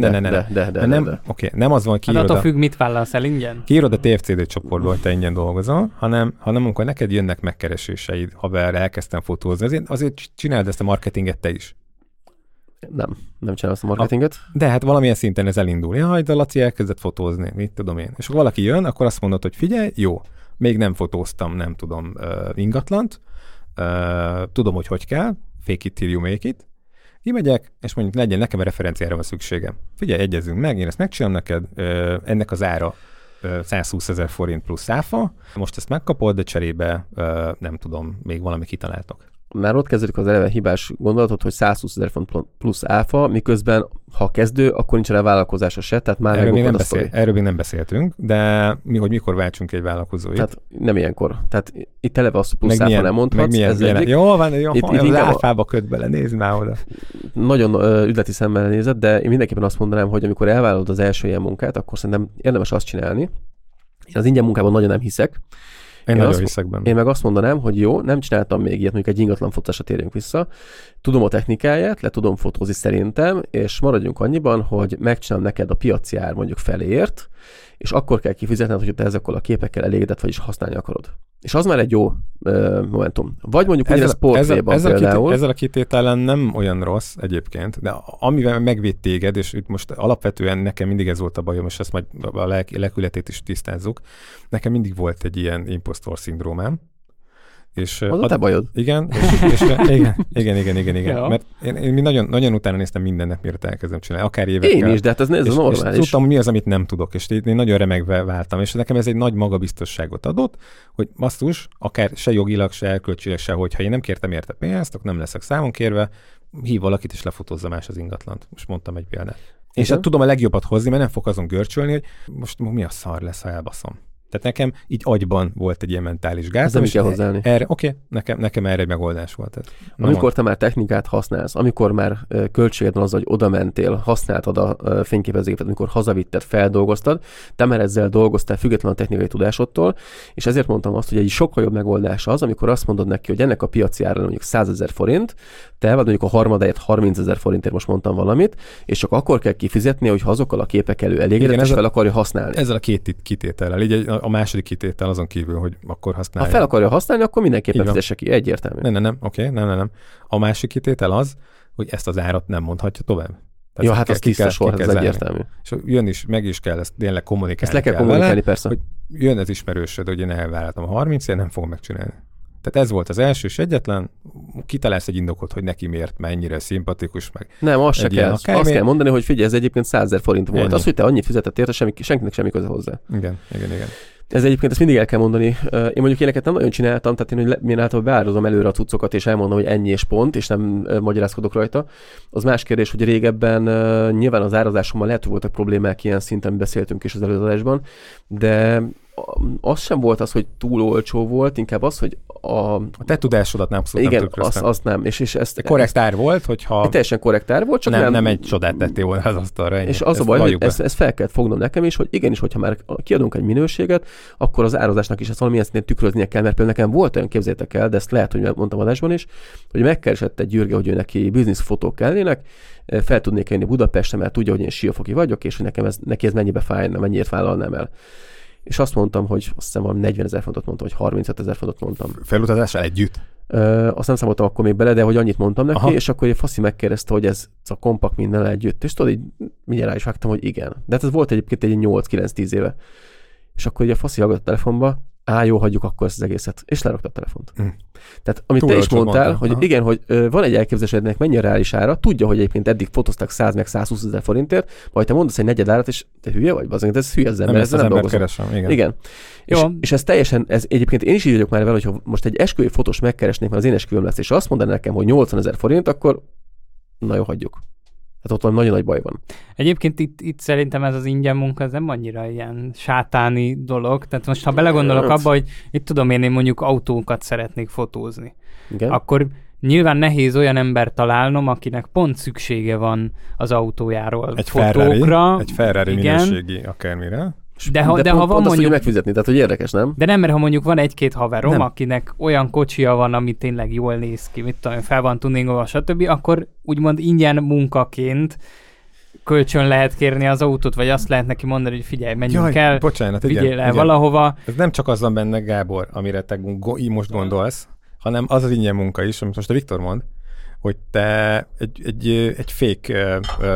nem az van, hogy kiírod attól függ, mit vállalsz el ingyen? Kiírod a TFCD csoportba, hogy te ingyen dolgozol, hanem amikor neked jönnek megkereséseid, haver, elkezdtem fotózni, azért csináld ezt a marketinget te is. Nem csinálsz a marketinget. De hát valamilyen szinten ez elindul. Jaj, de Laci elkezdett fotózni, mit tudom én. És akkor valaki jön, akkor azt mondod, hogy figyelj, jó, még nem fotóztam, nem tudom, ingatlant, tudom, hogy kell, fake it till you make it. Kimegyek, és mondjuk legyen nekem a referenciára van szükségem. Figyelj, egyezünk meg, én ezt megcsinálom neked, ennek az ára 120 000 forint plusz áfa. Most ezt megkapod, de cserébe nem tudom, még valami kitaláltok. Már ott kezdődik az eleve hibás gondolatot, hogy 120 000 forint plusz áfa, miközben ha kezdő, akkor nincs rá vállalkozása se, tehát már erről még nem beszéltünk, de hogy mikor váltsunk egy vállalkozóit? Tehát nem ilyenkor. Tehát itt eleve azt plusz áfa nem mondhatsz. Jó van, az áfába köt bele, nézd már oda. Nagyon üzleti szemmel nézed, de én mindenképpen azt mondanám, hogy amikor elvállalod az első ilyen munkát, akkor szerintem érdemes azt csinálni. Én az ingyen munkában nagyon nem hiszek. Én nagyon hiszek benne. Én meg azt mondanám, hogy jó, nem csináltam még ilyet, mondjuk egy ingatlan fotózásra térjünk vissza. Tudom a technikáját, le tudom fotózni szerintem, és maradjunk annyiban, hogy megcsinálom neked a piaci ár mondjuk feléért, és akkor kell kifizetned, hogy te ezekkel a képekkel elégedett vagy is használni akarod. És az már egy jó momentum. Vagy mondjuk ugye ez portréban például. Ezzel a kitételen nem olyan rossz egyébként, de amivel megvéd téged, és itt most alapvetően nekem mindig ez volt a bajom, és ezt majd a lelkületét is tisztázzuk. Nekem mindig volt egy ilyen impostor szindrómám. És az a te bajod. Igen, igen. Ja. Mert én nagyon, nagyon utána néztem mindennek, miért elkezdem csinálni, akár évekkel. Én is, de hát ez normális. És tudtam, hogy mi az, amit nem tudok, és én nagyon remegve váltam, és nekem ez egy nagy magabiztosságot adott, hogy basszus, akár se jogilag, se erkölcsileg, se, hogyha én nem kértem érte pénzt, akkor nem leszek számon kérve, hív valakit, és lefotózza más az ingatlant. Most mondtam egy példát. És hát tudom a legjobbat hozni, mert nem fog azon görcsölni, hogy most mi a szar lesz, ha elbaszom. Tehát nekem így agyban volt egy ilyen mentális gáz. Ez nem is kell hozzáállni. Erre, nekem erre egy megoldás volt. Amikor te már technikát használsz, amikor már költséged van az, hogy oda mentél, használtad a fényképezőgépet, amikor hazavitted, feldolgoztad, te már ezzel dolgoztál független a technikai tudásodtól, és ezért mondtam azt, hogy egy sokkal jobb megoldás az, amikor azt mondod neki, hogy ennek a piaci ára mondjuk 100 000 forint, te vagy mondjuk a harmadáért 30 000 forintért, most mondtam valamit, és csak akkor kell kifizetni, hogy azokkal a képek elégedett, és fel akarja használni. Ezzel a két kitétellel. Így a második kitétel azon kívül, hogy akkor használja. Ha fel akarja használni, akkor mindenképpen fizesse ki. Egyértelmű. Nem. A másik kitétel az, hogy ezt az árat nem mondhatja tovább. Tehát jó, hát az tiszta sor, ez egyértelmű. És jön is, meg is kell ezt tényleg kommunikálni. Ezt le kell kommunikálni, vele, persze. Hogy jön az ismerősöd, hogy én elvállaltam a 30-ért, nem fogom megcsinálni. Tehát ez volt az első és egyetlen, kitalálsz egy indokot, hogy neki miért, mennyire szimpatikus, meg. Nem, azt se kell. Azt kell mondani, hogy figyelj, ez egyébként 100 000 forint volt. Ennyi. Az, hogy te annyit fizetett érte, senkinek semmi köze hozzá. Igen. Ez egyébként ezt mindig el kell mondani. Én mondjuk ilyeneket nem nagyon csináltam, tehát én általában beárazom előre a cuccokat, és elmondom, hogy ennyi és pont, és nem magyarázkodok rajta. Az más kérdés, hogy régebben nyilván az árazásommal lehet, hogy voltak problémák ilyen szinten, beszéltünk is az előadásban, de az sem volt az, hogy túl olcsó volt, inkább az, hogy a te tudásodat nem abszolút igen, nem tükröztem. azt nem. És ezt, korrekt ár volt, hogyha... Teljesen korrekt ár volt, csak nem egy csodát tettél volna az asztalra. Ennyi. És az a baj, hogy ezt fel kellett fognom nekem is, hogy igenis, hogyha már kiadunk egy minőséget, akkor az árazásnak is ezt valamilyen szintén tükröznie kell, mert például nekem volt olyan, képzétek el, de ezt lehet, hogy mondtam adásban is, hogy megkeresett egy Gyürge, hogy ő neki bizniszfotók kellének, fel tudnék jönni Budapestre, mert tudja, hogy én siófoki vagyok, és hogy neki ez mennyibe fájna, mennyiért vállalnám el. És azt mondtam, hogy azt hiszem valami 40 000 fontot mondtam, vagy 35 000 fontot mondtam. Felutazással együtt? Azt nem számoltam akkor még bele, de hogy annyit mondtam neki, aha. És akkor egy faszi megkérdezte, hogy ez a kompakt minden együtt. És tudod, így mindjárt rá is vágtam, hogy igen. De hát ez volt egyébként egy 8-9-10 éve. És akkor így a faszi hallgatott a telefonba, jó, hagyjuk akkor ezt az egészet. És lerakta a telefont. Tehát amit te is mondtál, hogy igen, hogy van egy elképzelés, ennek mennyi a reális ára, tudja, hogy egyébként eddig fotóztak 100 meg 120 000 forintért, majd te mondasz egy negyed árat, és te hülye vagy, bazd, ez hülye az ember, ezzel nem dolgozom. Keresem, igen. És ez teljesen, ez egyébként én is így vagyok már vele, hogyha most egy esküvői fotós megkeresnék, mert az én esküvőm lesz, és azt mondaná nekem, hogy 80 000 forint, akkor na jó, hagyjuk. Hát ott van nagyon nagy baj van. Egyébként itt szerintem ez az ingyen munka, ez nem annyira ilyen sátáni dolog. Tehát most, ha belegondolok abba, hogy itt tudom én mondjuk autókat szeretnék fotózni, igen. Akkor nyilván nehéz olyan embert találnom, akinek pont szüksége van az autójáról egy fotókra. Egy Ferrari minőségi akármire. De ha van mondjuk... azt, megfizetni, tehát hogy érdekes, nem? De nem, mert ha mondjuk van egy-két haverom, nem. Akinek olyan kocsia van, ami tényleg jól néz ki, mit tudom, fel van tuningolva, stb., akkor úgymond ingyen munkaként kölcsön lehet kérni az autót, vagy azt lehet neki mondani, hogy figyelj, menjünk el, vigyél el valahova. Ez nem csak az van benne, Gábor, amire te most gondolsz, hanem az az ingyen munka is, amit most a Viktor mond, hogy te egy fake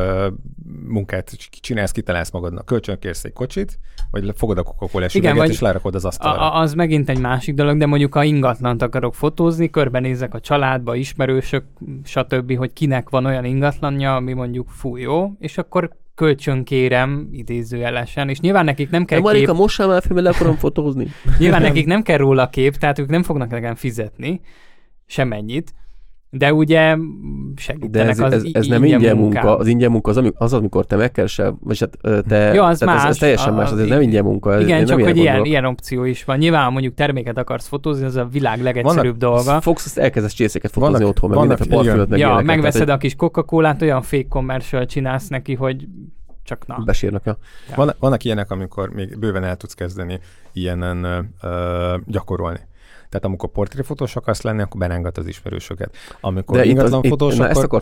munkát csinálsz, kitalálsz magadnak. Kölcsön kérsz egy kocsit, vagy fogod a Coca-Colás üveget, és lerakod az asztalra. Az megint egy másik dolog, de mondjuk ha ingatlant akarok fotózni, körbenézek a családba, ismerősök, stb., hogy kinek van olyan ingatlanja, ami mondjuk fú jó, és akkor kölcsön kérem, idézőjelesen, és nyilván nekik nem kell Marika, mossál már fel, mert le akarom fotózni. Nyilván nekik nem kell róla kép, tehát ők nem fognak nekem fizetni, semennyit, de ugye segítenek de ez nem ingyen munka. Az ingyen munka az, amikor te megkeresel, vagy hát te... Jó, az más. Ez teljesen más, ez nem ingyen munka. Igen, csak hogy ilyen opció is van. Nyilván, mondjuk terméket akarsz fotózni, az a világ legegyszerűbb dolga. Fogsz, elkezdesz csészéket fotózni otthon, meg mindenféle parfümöt, meg ilyeneket. Megveszed a kis Coca-Colát, olyan fake commercial csinálsz neki, hogy csak na. Besírnak, ja. Vannak ilyenek, amikor még bőven el tudsz kezdeni ilyenen gyakorolni. Tehát amikor portréfotós akarsz lenni, akkor berángat az ismerősöket. Amikor ingatlanfotós,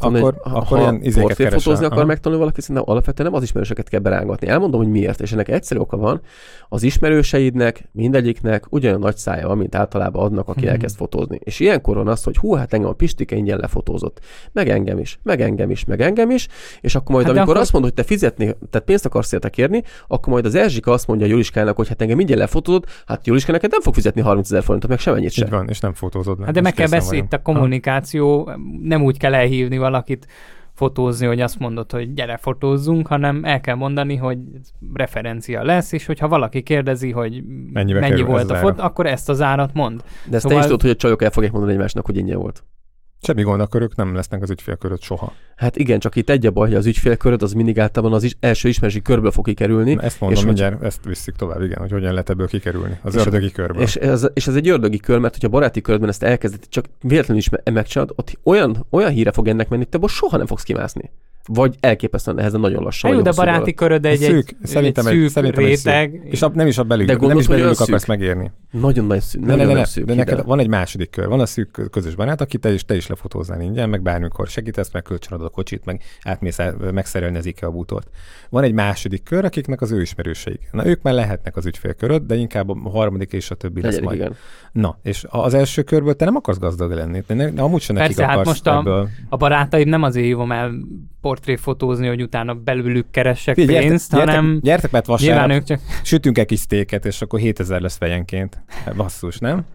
akkor ilyen izéket keresel. Portréfotózni akar megtanulni valaki, szerintem alapvetően nem az ismerősöket kell berángatni. Elmondom, hogy miért, és ennek egyszerű oka van. Az ismerőseidnek, mindegyiknek ugyanolyan nagy szája van, mint általában adnak, aki elkezd fotózni. És ilyenkor van az, hogy hát engem a Pistike ingyen lefotózott. Meg engem is, és akkor majd amikor azt mondod, hogy te fizetni, tehát pénzt akarsz érte kérni, akkor majd az Erzsika azt mondja Juliskának, hogy hát engem ingyen lefotózott, hát Juliska neked nem fog fizetni 30 000 forintot, meg sem. Így van, és nem fotózod le. Hát de meg kell beszélni, a kommunikáció, nem úgy kell elhívni valakit fotózni, hogy azt mondod, hogy gyere fotózzunk, hanem el kell mondani, hogy referencia lesz, és hogyha valaki kérdezi, hogy mennyi volt a fotó, akkor ezt az árat mond. De ezt te is tudod, hogy a csajok el fogják mondani egymásnak, hogy ingyen volt. Semmi gond, akkor ők nem lesznek az ügyfélköröd soha. Hát igen, csak itt egy a baj, hogy az ügyfélköröd az mindig általában az első ismerősi körből fog kikerülni. Ezt mondom, mindjárt ezt visszük tovább, igen, hogy hogyan lehet ebből kikerülni. Az ördögi körből. És ez egy ördögi kör, mert hogyha baráti körben ezt elkezded, csak véletlenül is megcsinálod, ott olyan híre fog ennek menni, te soha nem fogsz kimászni. Vagy elképesztően nehezen nagyon lassan. Jó, de baráti köröd egy szűk réteg. És nem is a belül, nem is belülük akarsz megérni. Nagyon nagy szűk. De neked van egy második kör. Van a szűk közös barát, aki te is lefotóznál ingyen, meg bármikor segítesz, meg kölcsönadod a kocsit, meg átmész megszerelni az IKEA bútort. Van egy második kör, akiknek az ő ismerőseik. Na, ők már lehetnek az ügyfélköröd, de inkább a harmadik és a többi lesz majd. Igen. Na, és az első körből te nem akarsz gazdag lenni. De amúgy sem nekik akarsz. Hát most a barátaim nem azért hívom el portréfotózni, hogy utána belülük keressek pénzt, hanem gyertek, mert vasárnap sütünk egy kis sztéket, és akkor 7000 lesz fejenként. Basszus, nem?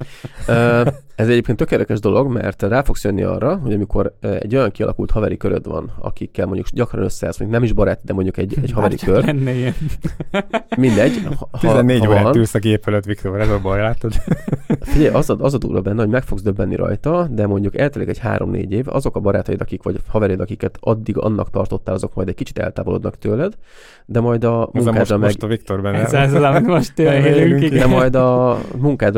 Ez egyébként tök érdekes dolog, mert rá fogsz jönni arra, hogy amikor egy olyan kialakult haveri köröd van, akikkel mondjuk gyakran összeállsz, mondjuk nem is barát, de mondjuk egy haveri kör. Mindegy. 14 órát ülsz a gép előtt, Viktor, ez a baj, látod? Figyelj, az a durva benne, hogy meg fogsz döbbenni rajta, de mondjuk eltelik egy 3-4 év, azok a barátaid, vagy haverid, akiket addig annak tartottál, azok majd egy kicsit eltávolodnak tőled, de majd a munkádra most a Viktor benne. Ez az, amit most élünk, de majd a munkádra meg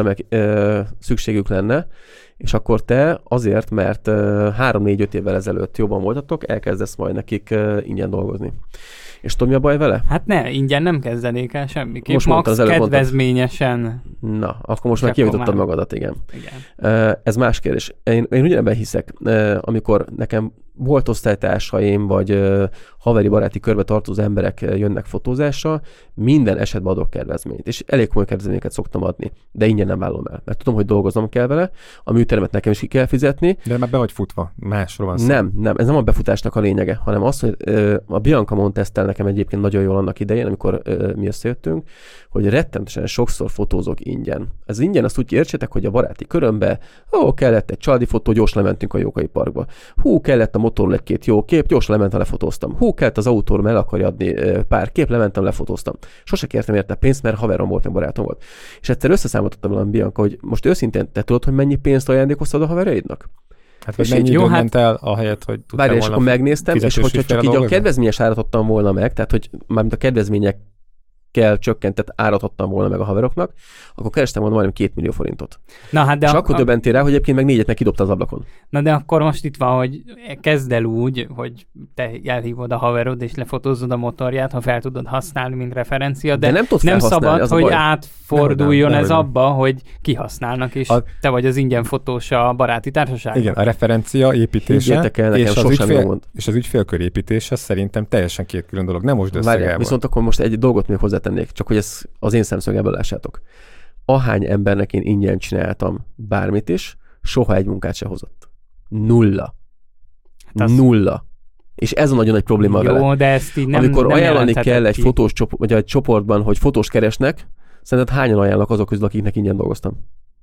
szükségük lenne, és akkor te azért, mert 3-4-5 évvel ezelőtt jobban voltatok, elkezdesz majd nekik ingyen dolgozni. És tudod, mi a baj vele? Hát ne, ingyen nem kezdenék el semmiképp. Most max kedvezményesen. Na, akkor most már kijavítottad magadat, igen. Ez más kérdés. Én ugyanebben hiszek, amikor nekem volt osztálytársaim, vagy haveri baráti körbe tartozó emberek jönnek fotózásra, minden esetben adok kedvezményt. És elég komoly kedvezményeket szoktam adni, de ingyen nem vállom el. Mert tudom, hogy dolgoznom kell vele, a műteremet nekem is ki kell fizetni. De már be vagy futva, másról van szó. Nem, ez nem a befutásnak a lényege, hanem az, hogy a Bianca mondta ezt el nekem egyébként nagyon jól annak idején, amikor mi összejöttünk, hogy rettentesen sokszor fotózok ingyen. Ez ingyen, azt úgy értsétek, hogy a baráti körömbe, kellett egy családi fotó, gyorsan lementünk a Jókai Parkba. Kellett a motorról 1-2 jó kép, gyorsan lementem, lefotóztam. Kellett az autóról, el akarja adni pár kép, lementem, lefotóztam. Sose kértem érte pénzt, mert haverom volt, meg barátom volt. És egyszer összeszámoltattam velem Bianca, hogy most őszintén, te tudod, hogy mennyi pénzt ajándékoztad a havereidnak? Hát vagy mennyi időn ment el ahelyett, hogy tudtam volna. És akkor megnéztem, és hogyha csak így a kedvezményes árat adtam volna meg, tehát hogy mármint a kedvezményekkel csökkentett árat adtam volna meg a haveroknak, akkor kerestem volna majdnem 2 millió forintot. Na, hát de és akkor döbbentél rá, hogy egyébként meg 4-et meg kidobta az ablakon. Na de akkor most itt van, hogy kezd el úgy, hogy te elhívod a haverod, és lefotózod a motorját, ha fel tudod használni, mint referencia, de nem szabad, hogy átforduljon ez abba, hogy kihasználnak, és te vagy az ingyen fotós a baráti társaságban. Igen, a referencia építése és az ügyfélkör építése szerintem teljesen 2 külön dolog, nem most összegában. Viszont akkor most egy dolgot még hozzátennék, csak hogy ez az én szemszögemből lássátok. Ahány embernek én ingyen csináltam bármit is, soha egy munkát se hozott. 0. Hát 0. És ez a nagyon nagy probléma vele. De ezt így amikor ajánlani kell egy fotós vagy egy csoportban, hogy fotós keresnek, szerinted hányan ajánlnak azok közül, akiknek ingyen dolgoztam?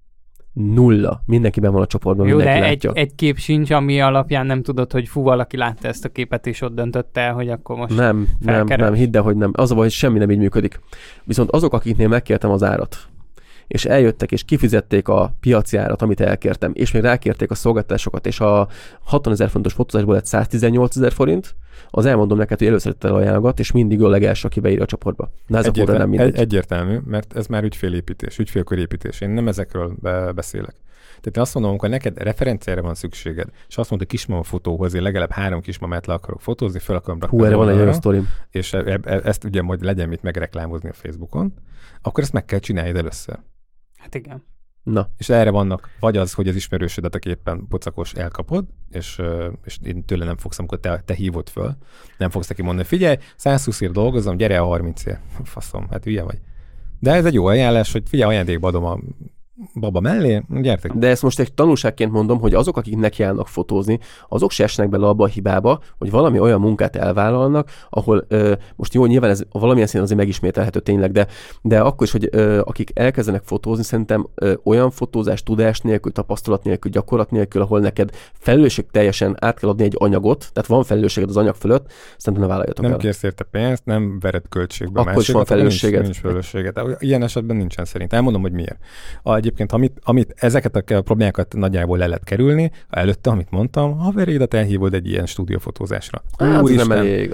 0. Mindenkiben van a csoportban, jó, mindenki de látja. Egy kép sincs, ami alapján nem tudod, hogy valaki látta ezt a képet, és ott döntött el, hogy akkor most nem, hidd el, hogy nem. Az a baj, hogy semmi nem így működik. Viszont azok, akiknél megkértem az árat, és eljöttek, és kifizették a piaci árat, amit elkértem, és még rákérték a szolgáltatásokat, és a 60 000 forintos fotózásból lett 118 000 forint, az elmondom neked, hogy előszerettel ajánlogat, és mindig a legelső, aki beírja a csoportba. Na ez nem mindegy. Egyértelmű, mert ez már ügyfélépítés, ügyfélkörépítés. Én nem ezekről beszélek. Tehát én azt mondom, amikor neked referenciára van szükséged, és azt mondod, hogy kismama fotóhoz, én legalább 3 kismamát le akarok fotózni, fel akarom rakni. Erre van egy olyan sztorim. És ezt ugye majd legyen mit megreklámozni a Facebookon, akkor ezt meg kell csinálni először. Hát igen. Na. És erre vannak, vagy az, hogy az ismerősödet, aki éppen pocakos, elkapod, és én tőle nem fogsz, amikor te hívod föl, nem fogsz neki mondani, figyelj, 120-ért dolgozom, gyere a 30-ért. Faszom, hát hülye vagy. De ez egy jó ajánlás, hogy figyelj, ajándékba adom a baba mellé, gyertek. De ezt most egy tanulságként mondom, hogy azok, akik nekiállnak fotózni, azok se esnek bele abba a hibába, hogy valami olyan munkát elvállalnak, ahol most jó, nyilván ez valamilyen szinten azért megismételhető tényleg, de akkor is, hogy akik elkezdenek fotózni, szerintem olyan fotózás tudás nélkül, tapasztalat nélkül, gyakorlat nélkül, ahol neked felelősség teljesen át kell adni egy anyagot, tehát van felelősséged az anyag fölött, szerintem ne vállaljatok el. Nem kérsz érte pénzt, nem vered költségbe. Akkor is van felelősséged. Nincs felelősséged. Ilyen esetben nincsen szerint. Elmondom, hogy miért. Egyébként, amit ezeket a problémákat nagyjából le lehet kerülni, előtte, amit mondtam, haverédat elhívod egy ilyen stúdiófotózásra. Az nem elég.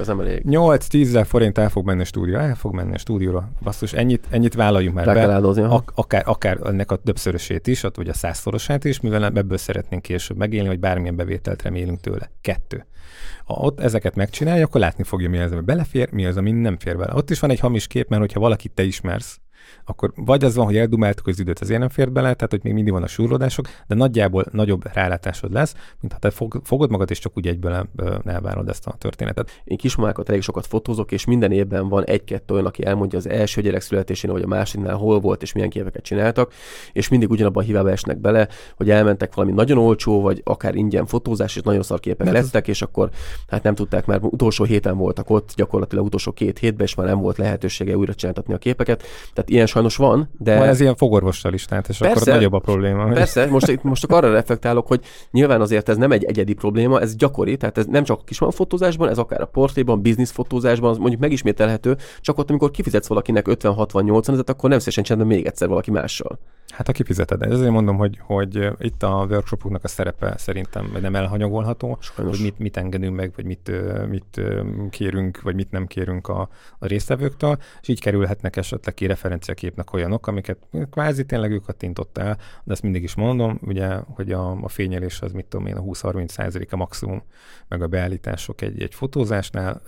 8-10 000 forint el fog menni a stúdióra. Basszus, ennyit vállaljunk már be. Akár ennek a többszörösét is, vagy a 100-szorosát is, mivel ebből szeretnénk később megélni, vagy bármilyen bevételt remélünk tőle. 2. Ha ott ezeket megcsinálja, akkor látni fogja, mi az, ami belefér, mi az, ami nem fér bele. Ott is van egy hamis kép, mert hogyha valakit te ismersz, akkor vagy az van, hogy eldumáltuk az időt, azért nem fér bele, tehát hogy még mindig van a súrlódások, de nagyjából nagyobb rálátásod lesz, mint ha te fogod magad, és csak úgy egyből elvárod ezt a történetet. Én kismamákat elég sokat fotózok, és minden évben van 1-2 olyan, aki elmondja az első gyerek születésénél, vagy a másodiknál hol volt, és milyen képeket csináltak, és mindig ugyanabban a hibába esnek bele, hogy elmentek valami nagyon olcsó, vagy akár ingyen fotózás, és nagyon szar képek lettek, és akkor hát nem tudták, már utolsó héten voltak ott, gyakorlatilag utolsó 2 hétben, és már nem volt lehetősége újra csináltatni a képeket. Tehát ilyen sajnos van, de... Van ez ilyen fogorvossal is, tehát és persze, akkor nagyobb a probléma. Persze, most csak arra reflektálok, hogy nyilván azért ez nem egy egyedi probléma, ez gyakori, tehát ez nem csak a kismama fotózásban, ez akár a portréban, biznisz fotózásban, mondjuk megismételhető, csak ott, amikor kifizetsz valakinek 50-60-80 ezeret, akkor nem szívesen csinálod még egyszer valaki mással. Hát ha kifizeted. Ezért mondom, hogy itt a workshopoknak a szerepe szerintem nem elhanyagolható, hogy mit engedünk meg, vagy mit kérünk, vagy mit nem kérünk a résztvevőktől, és így kerülhetnek esetleg ki referenciaképnek olyanok, amiket kvázi tényleg ő kattintotta el, de ezt mindig is mondom, ugye, hogy a fényelés az, mit tudom én, a 20-30% a maximum, meg a beállítások egy fotózásnál,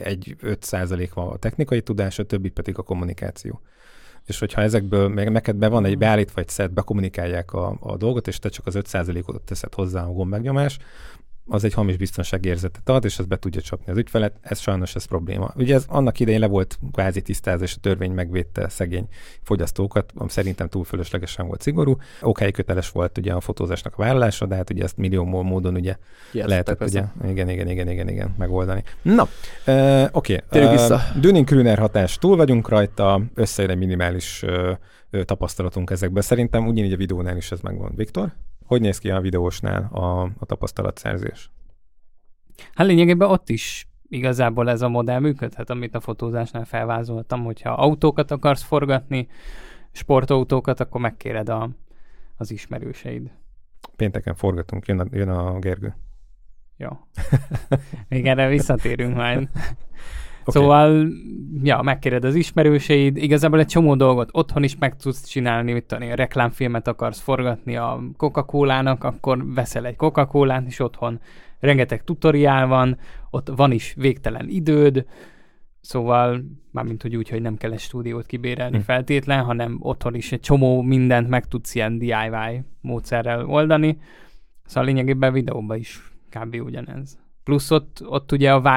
5% van a technikai tudás, a többi pedig a kommunikáció. És hogyha ezekből neked be van egy beállítva egy szett, bekommunikálják a dolgot, és te csak az 5%-ot teszed hozzá a gomb megnyomás, az egy hamis biztonságérzetet ad, és ez be tudja csapni az ügyfelet, ez sajnos ez probléma. Ugye ez annak idején le volt kvázi tisztázva, és a törvény megvédte szegény fogyasztókat, ami szerintem túl fölöslegesen volt szigorú. OK, köteles volt ugye a fotózásnak a vállalása, de hát ugye ezt millió módon ugye lehetett ugye, igen, megoldani. Na, oké. Térjünk vissza. Dunning-Kruger hatás, túl vagyunk rajta, összejön egy minimális tapasztalatunk ezekből. Szerintem ugyanígy a videónál is ez megvan. Viktor? Hogy néz ki a videósnál a tapasztalatszerzés? Hát lényegében ott is igazából ez a modell működhet, amit a fotózásnál felvázoltam, hogyha autókat akarsz forgatni, sportautókat, akkor megkéred az ismerőseid. Pénteken forgatunk, jön a Gergő. Jó. Még erre visszatérünk majd. Okay. Szóval, megkéred az ismerőseid, igazából egy csomó dolgot otthon is meg tudsz csinálni, mit tudom, a reklámfilmet akarsz forgatni a Coca-Colának, akkor veszel egy Coca-Colát, és otthon rengeteg tutoriál van, ott van is végtelen időd, szóval mármint hogy nem kell egy stúdiót kibérelni feltétlen, hanem otthon is egy csomó mindent meg tudsz ilyen DIY módszerrel oldani, szóval lényegében videóban is kb. Ugyanez. Plusz ott ugye a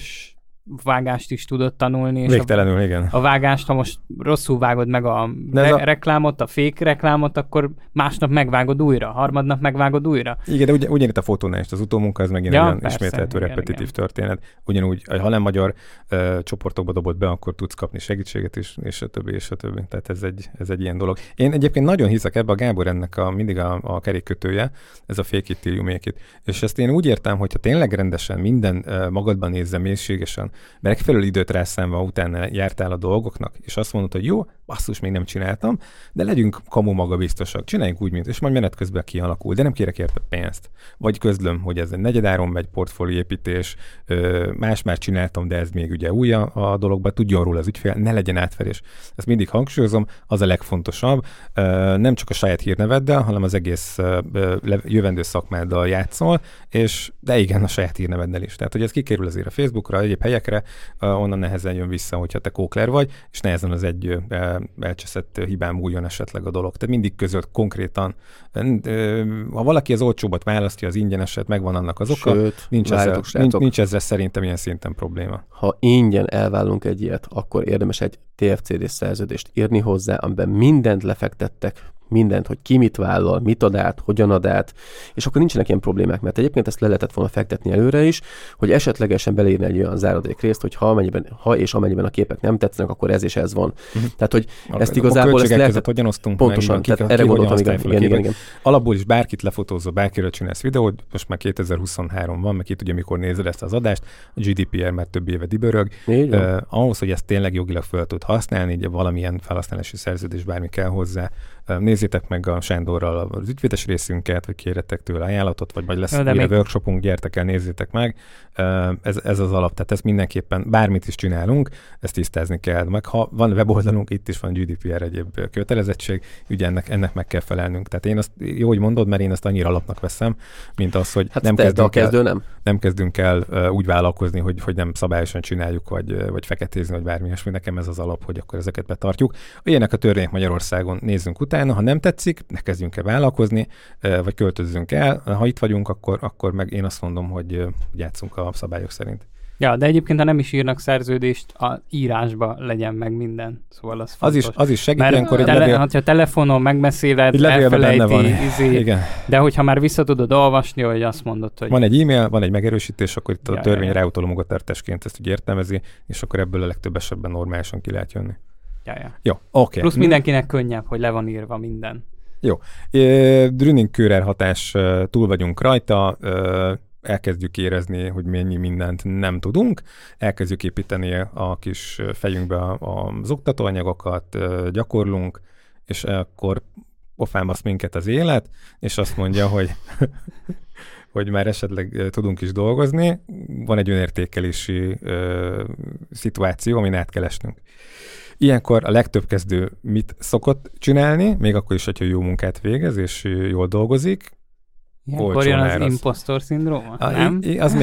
vágást is tudod tanulni. És végtelenül, igen. A vágást, ha most rosszul vágod meg a reklámot, a fake reklámot, akkor másnap megvágod újra, harmadnap megvágod újra. Igen, de ugyanitt a fotónál is az utómunka, ez megint olyan ismételhető repetitív történet. Ugyanúgy, ha nem magyar csoportokba dobod be, akkor tudsz kapni segítséget is, és a többi. Tehát ez egy ilyen dolog. Én egyébként nagyon hiszek ebbe, a Gábor ennek mindig a kerékkötője, ez a fake it till you make it. És ezt én úgy értem, hogyha tényleg rendesen minden magadban nézze mélységesen, megfelelő időt rászámva utána jártál a dolgoknak, és azt mondod, hogy jó, basszus, még nem csináltam, de legyünk kamu magabiztosak, csináljunk úgy, mint, és majd menet közben kialakul, de nem kérek érte pénzt. Vagy közlöm, hogy ez egy negyedáron megy, portfólióépítés, más már csináltam, de ez még ugye új a dologban, tudjon róla az ügyfél, ne legyen átverés. Ezt mindig hangsúlyozom, az a legfontosabb, nem csak a saját hírneveddel, hanem az egész jövendő szakmáddal játszol, de igen, a saját hírneveddel is. Tehát, hogy ez kikerül azért a Facebookra, egyéb helyekre, onnan nehezen jön vissza, hogyha te kókler vagy, és nehezen az egy elcseszett hibán múljon esetleg a dolog. Tehát mindig között konkrétan, ha valaki az olcsóbbat választja, az ingyeneset, megvan annak az oka, sőt, nincs ezzel szerintem ilyen szinten probléma. Ha ingyen elválunk egy ilyet, akkor érdemes egy TFCD szerződést írni hozzá, amiben mindent lefektettek, mindent, hogy ki mit vállal, mit ad át, hogyan ad át, és akkor nincsenek ilyen problémák, mert egyébként ezt le lehetett volna fektetni előre is, hogy esetlegesen beleírni egy olyan záradék részt, hogy ha és amennyiben a képek nem tetszenek, akkor ez és ez van. Tehát, hogy ezt igazából ezt lehet... hogyan osztunk pontosan, meg, tehát erre gondoltam, igen. Alapból is bárkit lefotózol, bárkiről csinálsz videót, most már 2023 van, meg ki tudja, mikor nézed ezt az adást, a GDPR már több éve dibörög. Ahhoz, hogy ezt tényleg jogilag fel tud használni, ugye valamilyen felhasználási szerződés bármi kell hozzá, nézzétek meg a Sándorral az ügyvédes részünket, vagy kérjetek tőle ajánlatot, vagy lesz újra workshopunk, gyertek el, nézzétek meg. Ez az alap, tehát ezt mindenképpen bármit is csinálunk, ezt tisztázni kell. Meg ha van weboldalunk, itt is van GDPR egyéb kötelezettség, ugye ennek meg kell felelnünk. Tehát én azt, jó, hogy mondod, mert én azt annyira alapnak veszem, mint az, hogy nem kezdünk el úgy vállalkozni, hogy nem szabályosan csináljuk, vagy feketézni, vagy bármi ilyesmi. Nekem ez az alap, hogy akkor ezeket betartjuk. Ilyenek a törvények Magyarországon, nézzünk utána, ha nem tetszik, ne kezdjünk el vállalkozni, vagy költözzünk el. Ha itt vagyunk, akkor meg én azt mondom, hogy játszunk a szabályok szerint. Ja, de egyébként, ha nem is írnak szerződést, a írásba legyen meg minden. Szóval az fontos. Az is segít. Ha telefonon megbeszéled, elfelejti, de hogyha már vissza tudod olvasni, hogy azt mondod, hogy... Van egy e-mail, van egy megerősítés, akkor itt a törvény ráutaló magatartásként ezt ugye értelmezi, és akkor ebből a legtöbb esetben normálisan ki lehet jönni. Jó, oké. Plusz mindenkinek könnyebb, hogy le van írva minden. Jó. Dunning-Kruger hatás, túl vagyunk rajta, elkezdjük érezni, hogy mennyi mindent nem tudunk, elkezdjük építeni a kis fejünkbe az oktatóanyagokat, gyakorlunk, és akkor pofámaszt minket az élet, és azt mondja, hogy már esetleg tudunk is dolgozni, van egy önértékelési szituáció, amin át kell esnünk. Ilyenkor a legtöbb kezdő mit szokott csinálni, még akkor is, hogyha jó munkát végez, és jól dolgozik. Ilyenkor jön az impostor szindróma, nem?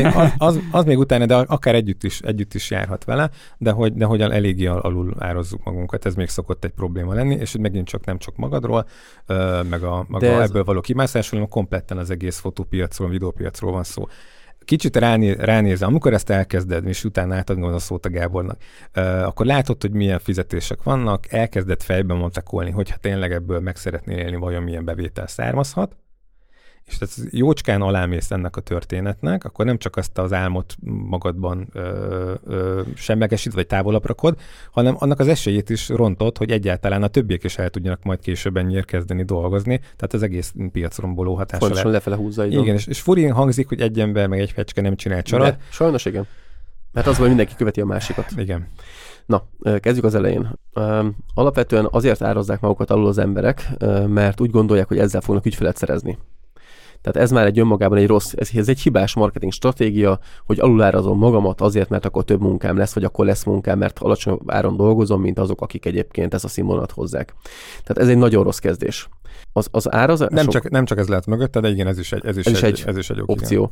Az még utána, de akár együtt is járhat vele, de hogy eléggé alul árazzuk magunkat, ez még szokott egy probléma lenni, és megint csak nem csak magadról, meg ebből való kimászásról, hanem kompletten az egész fotópiacról, videópiacról van szó. Kicsit ránézve, amikor ezt elkezded, és utána átadni a szót a Gábornak, akkor látod, hogy milyen fizetések vannak, elkezded fejben mondakolni, hogyha tényleg ebből meg szeretnél élni, vajon milyen bevétel származhat, és tehát jócskán alámész ennek a történetnek, akkor nem csak azt az álmot magadban semlegesít, vagy távolabb rakod, hanem annak az esélyét is rontod, hogy egyáltalán a többiek is el tudjanak majd később ennyire kezdeni dolgozni, tehát az egész piacromboló hatása lehet. Fontosan lefele húzza. Igen, és furin hangzik, hogy egy ember meg egy fecske nem csinál csarat. De sajnos igen. Mert az, hogy mindenki követi a másikat. Igen. Na, kezdjük az elején. Alapvetően azért árazzák magukat alul az emberek, mert úgy gondolják, hogy ezzel fognak ügyfelet szerezni. Tehát ez már egy önmagában egy rossz, ez egy hibás marketing stratégia, hogy alulárazom magamat azért, mert akkor több munkám lesz, vagy akkor lesz munkám, mert alacsonyabb áron dolgozom, mint azok, akik egyébként ezt a színvonalat hozzák. Tehát ez egy nagyon rossz kezdés. Az árazás... Nem csak ez lehet mögötte, de igen, ez is egy opció.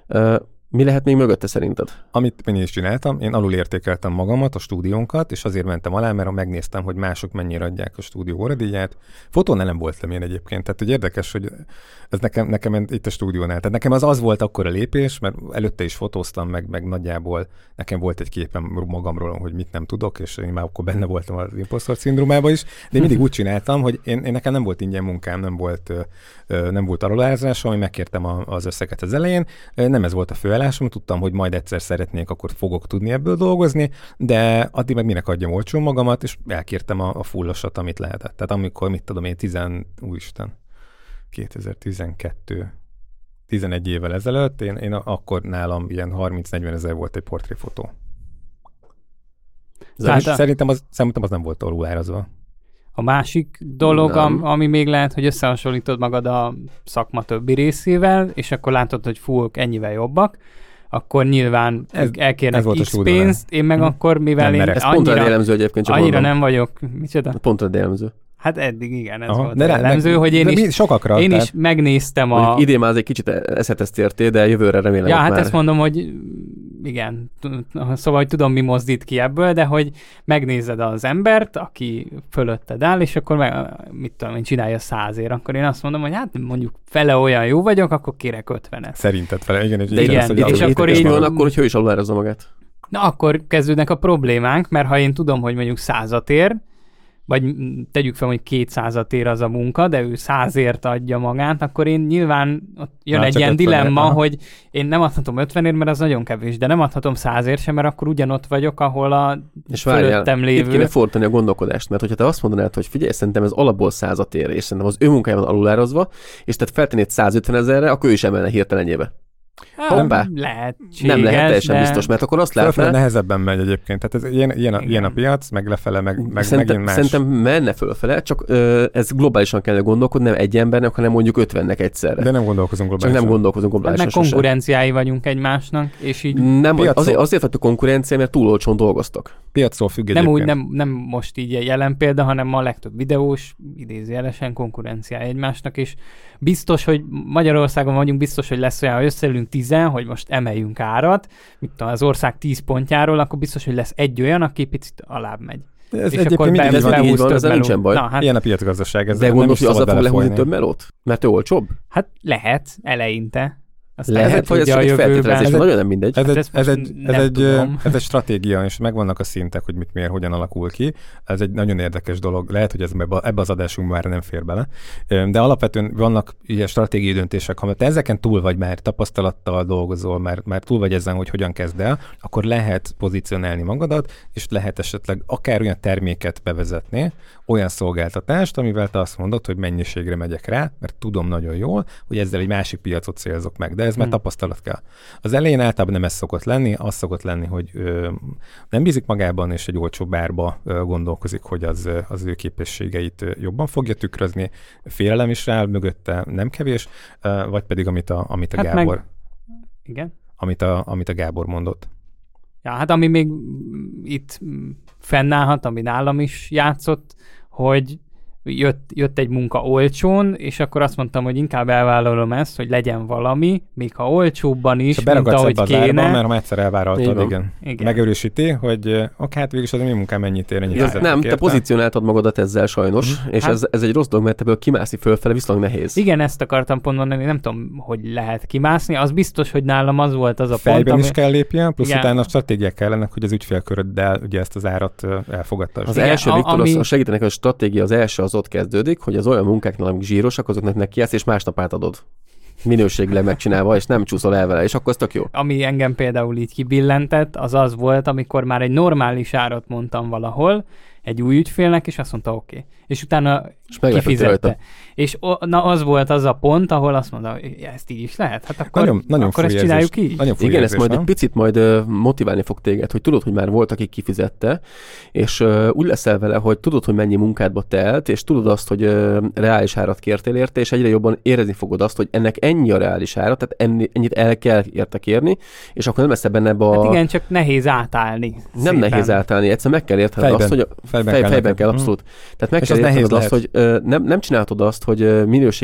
Mi lehet még mögötte szerinted? Amit én is csináltam, én alul értékeltem magamat, a stúdiónkat, és azért mentem alá, mert megnéztem, hogy mások mennyire adják a stúdió óradíját. Fotónál nem voltam én egyébként, tehát hogy érdekes, hogy ez nekem itt a stúdiónál. Tehát nekem az volt akkor a lépés, mert előtte is fotóztam, meg nagyjából nekem volt egy képem magamról, hogy mit nem tudok, és én már akkor benne voltam az impostor szindrómában is, de én mindig úgy csináltam, hogy én nekem nem volt ingyen munkám, nem volt alulázásom, hogy megkértem az összeget az elején, nem ez volt a főállásom, tudtam, hogy majd egyszer szeretnék, akkor fogok tudni ebből dolgozni, de addig meg minek adjam olcsón magamat, és elkértem a fullosat, amit lehetett. Tehát amikor, 11 évvel ezelőtt, én akkor nálam ilyen 30-40 ezer volt egy portréfotó. Szerintem az nem volt alulárazva. A másik dolog, ami még lehet, hogy összehasonlítod magad a szakma többi részével, és akkor látod, hogy fúlok ennyivel jobbak, akkor nyilván elkérnek X pénzt, én meg akkor, mivel én annyira nem vagyok... Micsoda? Pontra jellemző. Hát eddig igen, ez volt jellemző, hogy én is megnéztem a... Idén már az egy kicsit eszeteszt értél, de jövőre remélem, ja, hát már... ezt mondom, hogy igen, szóval hogy tudom, mi mozdít ki ebből, de hogy megnézed az embert, aki fölötted áll, és akkor mit tudom én, csinálja 100-ért, akkor én azt mondom, hogy hát mondjuk fele olyan jó vagyok, akkor kérek 50-et. Szerinted fele, igen. És akkor így... akkor, hogy ő is alulárazza magát. Na, akkor kezdődnek a problémánk, mert ha én tudom, hogy mondjuk 100-at ér, vagy tegyük fel, hogy 200-at ér az a munka, de ő 100-ért adja magát, akkor én nyilván ott jön egy ilyen dilemma, hogy én nem adhatom 50-ért, mert az nagyon kevés, de nem adhatom 100-ért sem, mert akkor ugyanott vagyok, ahol a fölöttem lévő... Itt kéne fordítani a gondolkodást, mert hogyha te azt mondanád, hogy figyelj, szerintem ez alapból 100-at ér, és szerintem az ő munkája van alulárazva, és tehát feltennéd 150 000-re, akkor ő is emelne hirtelenjébe. Lehetséges, nem lehet teljesen biztos, mert akkor azt látná... nehezebben megy egyébként, tehát ez ilyen a piac, meg lefele, meg megint más. Szerintem menne fölfele, csak ez globálisan kellene gondolkodni, nem egy embernek, hanem mondjuk 50-nek egyszerre. De nem gondolkozunk globálisan. Csak nem gondolkozunk globálisan. Hát meg konkurenciái vagyunk egymásnak, és így... Nem, azért vett a konkurencia, mert túl olcsón dolgoztak. Piacról függ nem most így jelen példa, hanem a legtöbb videós, idézőjelesen konkurenciái egymásnak, és biztos, hogy Magyarországon vagyunk, biztos, hogy lesz olyan, ha összeülünk 10, hogy most emeljünk árat, mit tudom, az ország 10 pontjáról, akkor biztos, hogy lesz egy olyan, aki picit alább megy. És akkor ezzel nincsen baj. Ilyen a piacgazdaság. De gondolsz, hogy azzal fog lehúzni több melót? Mert ő olcsóbb? Hát lehet, eleinte. Lehet, hogy ez csak egy feltételezés, nagyon nem mindegy. Ez egy stratégia, és megvannak a szintek, hogy mit, miért, hogyan alakul ki. Ez egy nagyon érdekes dolog. Lehet, hogy ez ebbe az adásunkban már nem fér bele. De alapvetően vannak ilyen stratégiai döntések, ha te ezeken túl vagy, már tapasztalattal dolgozol, már túl vagy ezen, hogy hogyan kezd el, akkor lehet pozícionálni magadat, és lehet esetleg akár olyan terméket bevezetni, olyan szolgáltatást, amivel te azt mondod, hogy mennyiségre megyek rá, mert tudom nagyon jól, hogy ezzel egy másik piacot célzok meg. De ez már tapasztalat kell. Az elején általában nem ez szokott lenni, az szokott lenni, hogy nem bízik magában, és egy olcsóbb árba gondolkozik, hogy az ő képességeit jobban fogja tükrözni, félelem is rá, mögötte nem kevés, vagy pedig amit a Gábor... Igen? Amit a Gábor mondott. Ja, hát ami még itt fennállhat, ami nálam is játszott, hogy jött egy munka olcsón, és akkor azt mondtam, hogy inkább elvállalom ezt, hogy legyen valami, még ha olcsóbban is, mint ahogy kéne. Árba, mert ha egyszer elvállaltad, igen. Megerősíti, hogy hát végülis az a mi munkám mennyit ér, ennyit fizetnek nem, te pozícionáltad magadat ezzel sajnos, és hát, ez egy rossz dolog, mert ebből kimászni fölfele viszonylag nehéz. Igen, ezt akartam pont mondani, nem tudom, hogy lehet kimászni, az biztos, hogy nálam az volt az a fejben pont, is kell lépjen, plusz utána a stratégiák kellenek, hogy az ügyfélköröddel ugye ezt az árat elfogadta. Az első, Viktor, segítenek, hogy a stratégia az első az ott kezdődik, hogy az olyan munkáknál, amik zsírosak, azoknak nekiállsz, és másnap átadod. Minőségileg megcsinálva, és nem csúszol el vele, és akkor az tök jó. Ami engem például így kibillentett, az volt, amikor már egy normális árat mondtam valahol, egy új ügyfélnek, és azt mondta oké. És utána kifizette. És az volt az a pont, ahol azt mondta, hogy ezt így is lehet. Hát akkor ezt csináljuk így. Igen, ezt majd egy picit majd motiválni fog téged, hogy tudod, hogy már volt, aki kifizette, és úgy leszel vele, hogy tudod, hogy mennyi munkádba telt, és tudod azt, hogy reális árat kértél érte, és egyre jobban érezni fogod azt, hogy ennek ennyi a reális ára, tehát ennyit el kell érte kérni, és akkor nem lesz benne Hát igen, csak nehéz átállni. Nem nehéz átállni, egyszerűen meg kell értened azt, hogy fejben kell abszolút. Tehát meg kell értened azt, hogy nem csináltad azt, hogy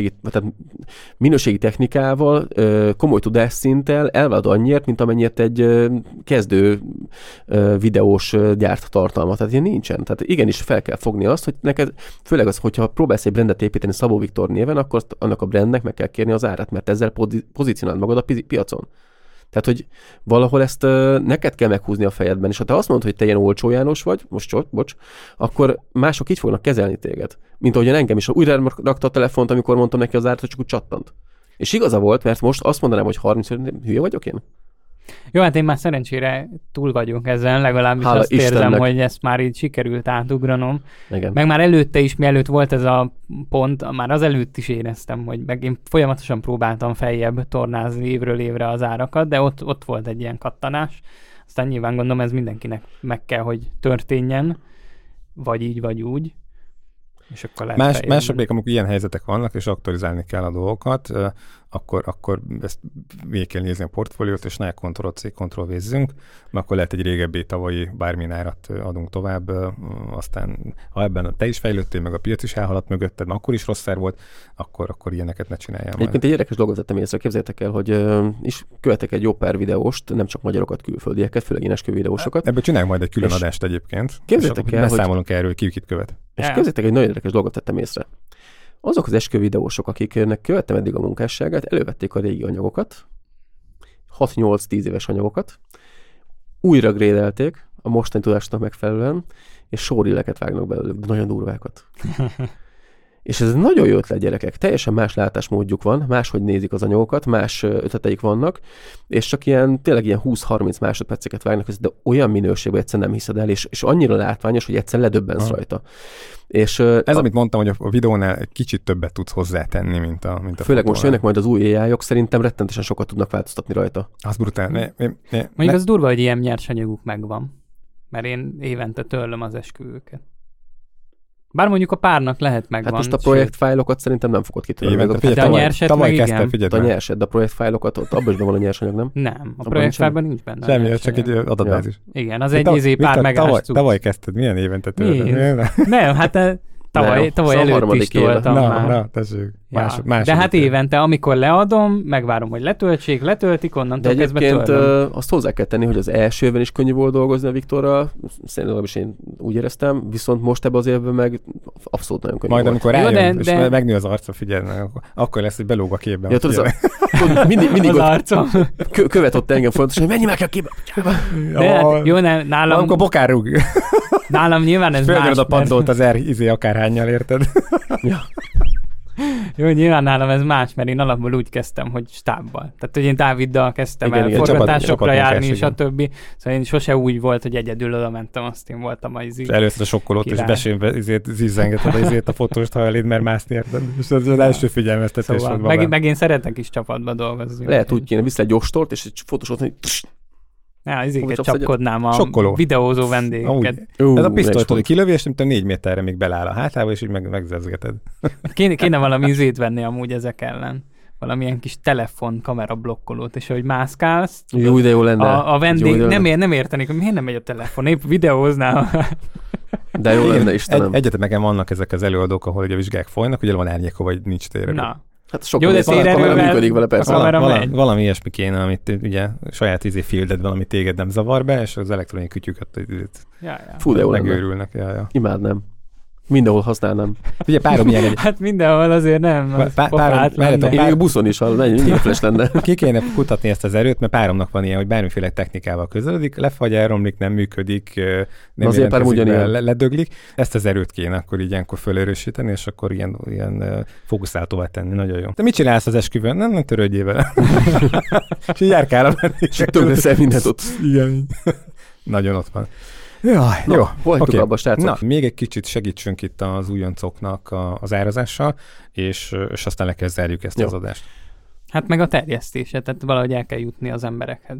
minőségi technikával, komoly tudásszinttel elvállalod annyiért, mint amennyiért egy kezdő videós gyárt tartalmat. Tehát ilyen nincsen. Tehát igenis fel kell fogni azt, hogy neked, főleg az, hogyha próbálsz egy brandet építeni Szabó Viktor néven, akkor annak a brandnek meg kell kérni az árát, mert ezzel pozícionálod magad a piacon. Tehát, hogy valahol ezt neked kell meghúzni a fejedben, és ha te azt mondod, hogy te ilyen olcsó János vagy, bocs, akkor mások így fognak kezelni téged. Mint ahogyan engem is újra rakta a telefont, amikor mondtam neki az árat, hogy csak úgy csattant. És igaza volt, mert most azt mondanám, hogy 30 hülye vagyok én? Jó, hát én már szerencsére túl vagyok ezen, legalábbis hála azt Istennek. Érzem, hogy ezt már így sikerült átugranom. Igen. Meg már előtte is, mielőtt volt ez a pont, már azelőtt is éreztem, hogy meg én folyamatosan próbáltam feljebb tornázni évről évre az árakat, de ott volt egy ilyen kattanás. Aztán nyilván gondolom, ez mindenkinek meg kell, hogy történjen, vagy így, vagy úgy. És akkor lehet másodék, amikor ilyen helyzetek vannak, és aktualizálni kell a dolgokat, akkor ezt végig kell nézni a portfóliót, és ne Ctrl-C, Ctrl-V-zzünk, mert akkor lehet egy régebbi tavalyi bármilyen árat adunk tovább, aztán ha ebben te is fejlődtél, meg a piac is elhaladt mögötted, akkor is rossz volt, akkor ilyeneket ne csináljál. Egyébként egy érdekes dolgot vettem észre, képzeljétek el, hogy is követek egy jó pár videóst, nem csak magyarokat, külföldieket, főleg éneskő videósokat. Ebből csináljuk majd egy külön adást egyébként. Képzeljétek el, beszámolunk erről, ki kit követ. És képzeljétek, egy nagyon érdekes dolgot vettem észre. Azok az eskü videósok, akiknek követtem eddig a munkásságát, elővették a régi anyagokat, 6-8-10 éves anyagokat, újra grédelték a mostani tudásnak megfelelően, és sórileket vágnak belőlük, nagyon durvákat. És ez nagyon jó ötlet, gyerekek. Teljesen más látásmódjuk van, máshogy nézik az anyagokat, más ötleteik vannak, és csak tényleg ilyen 20-30 másodperceket vágnak, de olyan minőségben egyszerűen nem hiszed el, és annyira látványos, hogy egyszerűen ledöbbensz rajta. És ez, amit mondtam, hogy a videónál egy kicsit többet tudsz hozzátenni, mint a főleg fotónál. Most jönnek majd az új AI-ok, szerintem rettentesen sokat tudnak változtatni rajta. Az brutál. Mondjuk az durva, hogy ilyen nyersanyaguk megvan, mert én évente törlöm az esküvőket. Bár mondjuk a párnak lehet megvan. Hát most a projektfájlokat szerintem nem fogod kitörni. De a nyerset meg igen. A nyerset, de a projektfájlokat, ott abban is be van a nyersanyag, nem? Nem, a projektfájlban nincs benne. Semmi, csak egy adatbázis. Ja. Igen, az egy pár megás cucc. Tavaly kezdted, milyen évente törlöm? Nem, hát tavaly előtt is toltam már. Na, tessék. Más de hát évente, amikor leadom, megvárom, hogy letöltik, onnantól kezdve törlöm. De egyébként azt hozzá kell tenni, hogy az első évben is könnyű volt dolgozni a Viktorral, szerintem is én úgy éreztem, viszont most ebben az évben meg abszolút nagyon könnyű majd volt. amikor rájön, és megnő az arca, figyelj, akkor lesz, hogy belóg a képben. Ja, tudod, mindig az arcom. Követ ott engem fontosan, hogy menj meg a képbe. Jó, nálam... Amikor bokár rúg. Nálam nyilván ez más. Fölgöröd a padlót az akárhánnyal, érted? Ja. Jó, nyilván nálam ez más, mert én alapból úgy kezdtem, hogy stábbal. Tehát, hogy én Dáviddal kezdtem el forgatásokra járni, és a többi. Szóval én sose úgy volt, hogy egyedül oda mentem, azt én voltam a először a sokkolót, és besélve zizzengeted a fotóst, ha eléd, mert mászni érted. És az első figyelmeztetés szóval, meg én szeretek is csapatba dolgozni. Lehet úgy kéne, vissza egy ostort, és egy fotósot, hogy ezeket csapkodnám a videózó vendégeket. Ez a pisztolyt, hogy kilövi, és 4 méterre még beláll a hátába, és így megzezgeted. Kéne valami venni amúgy ezek ellen. valamilyen kis telefon kamera blokkolót, és ahogy mászkálsz, jó, de jó lenne. A vendég nem értenik, hogy miért nem megy a telefon, épp videóznál. De jó lenne, Istenem. Egyetemeken vannak ezek az előadók, ahol ugye a vizsgák folynak, ugye van árnyéka, vagy nincs térerő. Na. Hát sokkal működik vele, persze. Valami ilyesmi kéne, amit ugye saját fieldedben, ami téged nem zavar be, és az elektronikai kütyüket Fú, de jó megőrülnek. Imádnám. Mindenhol használnám. Ugye párom ilyen Hát mindenhol azért nem. Én buszon is, mennyire flash lenne. Ki kéne kutatni ezt az erőt, mert páromnak van ilyen, hogy bármiféle technikával közeledik, lefagy, elromlik, nem működik, nem ledöglik. Ezt az erőt kéne akkor így ilyenkor fölerősíteni, és akkor ilyen fókuszáltóvá tenni. Nagyon jó. De mit csinálsz az esküvőn? Nem törődjél vele. És így járkál a vendégek. Tönkreszel mindent ott. Igen. Nagyon ott van. Jaj, jó. Okay. Abba, na, még egy kicsit segítsünk itt az újoncoknak az árazással, és aztán le kell zárjuk ezt az adást. Hát meg a terjesztése, tehát valahogy el kell jutni az emberekhez.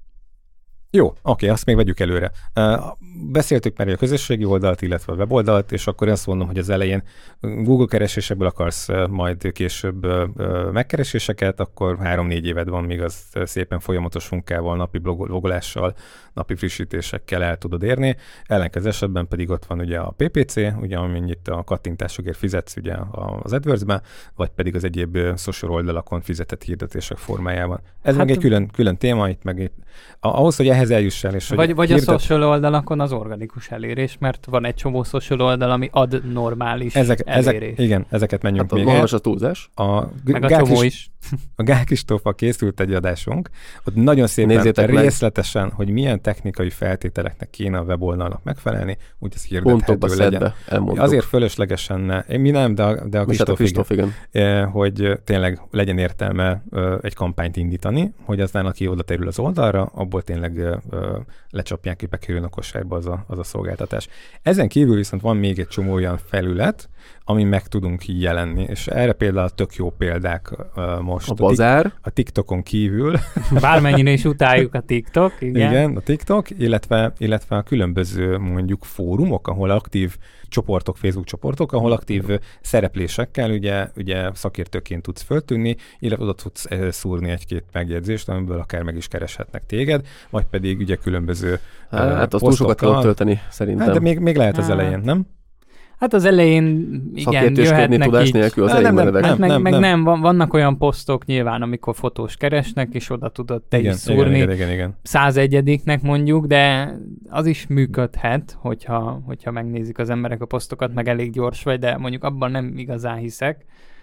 Jó, oké, azt még vegyük előre. Beszéltük már a közösségi oldalt, illetve a weboldalt, és akkor azt mondom, hogy az elején Google keresésekből akarsz majd később megkereséseket, akkor 3-4 éved van, míg az szépen folyamatos munkával, napi blogolással, napi frissítésekkel el tudod érni. Ellenkező esetben pedig ott van ugye a PPC, ugye amennyit a kattintásokért fizetsz ugye az AdWords-be, vagy pedig az egyéb social oldalakon fizetett hirdetések formájában. Ez meg egy külön téma, itt meg ahhoz, hogy ehhez eljussál. És vagy a social oldalakon az organikus elérés, mert van egy csomó social oldal, ami ad normális elérés. Igen, ezeket menjünk még el. A túlzás. Meg a csomó is. A Gál Kristóffal készült egy adásunk, ott nagyon szépen részletesen, hogy milyen technikai feltételeknek kéne a weboldalnak megfelelni, úgy ez hirdethető legyen. Azért fölöslegesen mi nem, de a Kristóff igen. Hogy tényleg legyen értelme egy kampányt indítani, hogy aztán aki oda terül az oldalra, abból tényleg lecsapják, hogy bekerül a kosárba az a szolgáltatás. Ezen kívül viszont van még egy csomó olyan felület, amin meg tudunk jelenni, és erre például tök jó példák most. A bazár. A TikTokon kívül. Bármennyire is utáljuk a TikTok, igen. Igen, a TikTok, illetve a különböző mondjuk fórumok, ahol aktív csoportok, Facebook csoportok, ahol aktív szereplésekkel ugye szakértőként tudsz föltűnni, illetve oda tudsz szúrni egy-két megjegyzést, amiből akár meg is kereshetnek téged, vagy pedig ugye különböző hát azt túl sokat kell tölteni, szerintem. Hát, de még lehet az elején, nem? Hát az elején igen, jöhetnek tudás nélkül az elején meredek. Nem. Vannak olyan posztok nyilván, amikor fotós keresnek, és oda tudod te is szúrni. Igen. 101-nek mondjuk, de az is működhet, hogyha megnézik az emberek a posztokat, meg elég gyors vagy, de mondjuk abban nem igazán hiszek.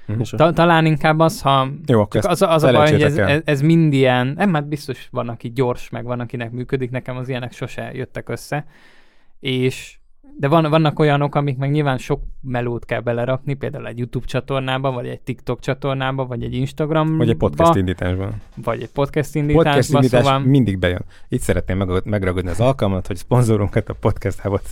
Talán inkább az, ha jó, az a baj, hogy ez mind ilyen, nem, hát biztos van, aki gyors, meg van, akinek működik, nekem az ilyenek sose jöttek össze, de vannak olyanok, amik meg nyilván sok melót kell belerakni, például egy YouTube csatornába, vagy egy TikTok csatornába, vagy egy Instagramba. Vagy egy podcast indításban. Podcast indításban, szóval... mindig bejön. Itt szeretném megragadni az alkalmat, hogy szponzorunkat, a Podcast Hubot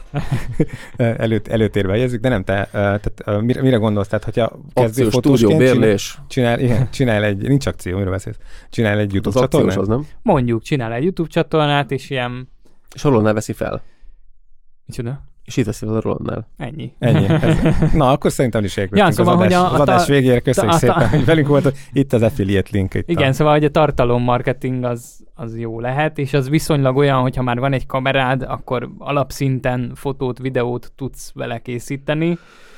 előtérbe helyezzük, de nem, tehát mire gondolsz? Tehát, hogyha kezdő fotósként csinál egy, nincs akció, miről beszélsz? Csinál egy YouTube csatornát? Az nem? Mondjuk, csinál egy YouTube csatornát, és ilyen... És Rolandnál veszi fel. Micsoda? És itt veszi fel a Rolandnál. Ennyi. Na, akkor szerintem is érkeztünk szóval, az adás végére. Köszönjük szépen, hogy velünk volt. Itt az affiliate link. Igen, szóval, hogy a tartalommarketing az jó lehet, és az viszonylag olyan, hogyha már van egy kamerád, akkor alapszinten fotót, videót tudsz vele készíteni.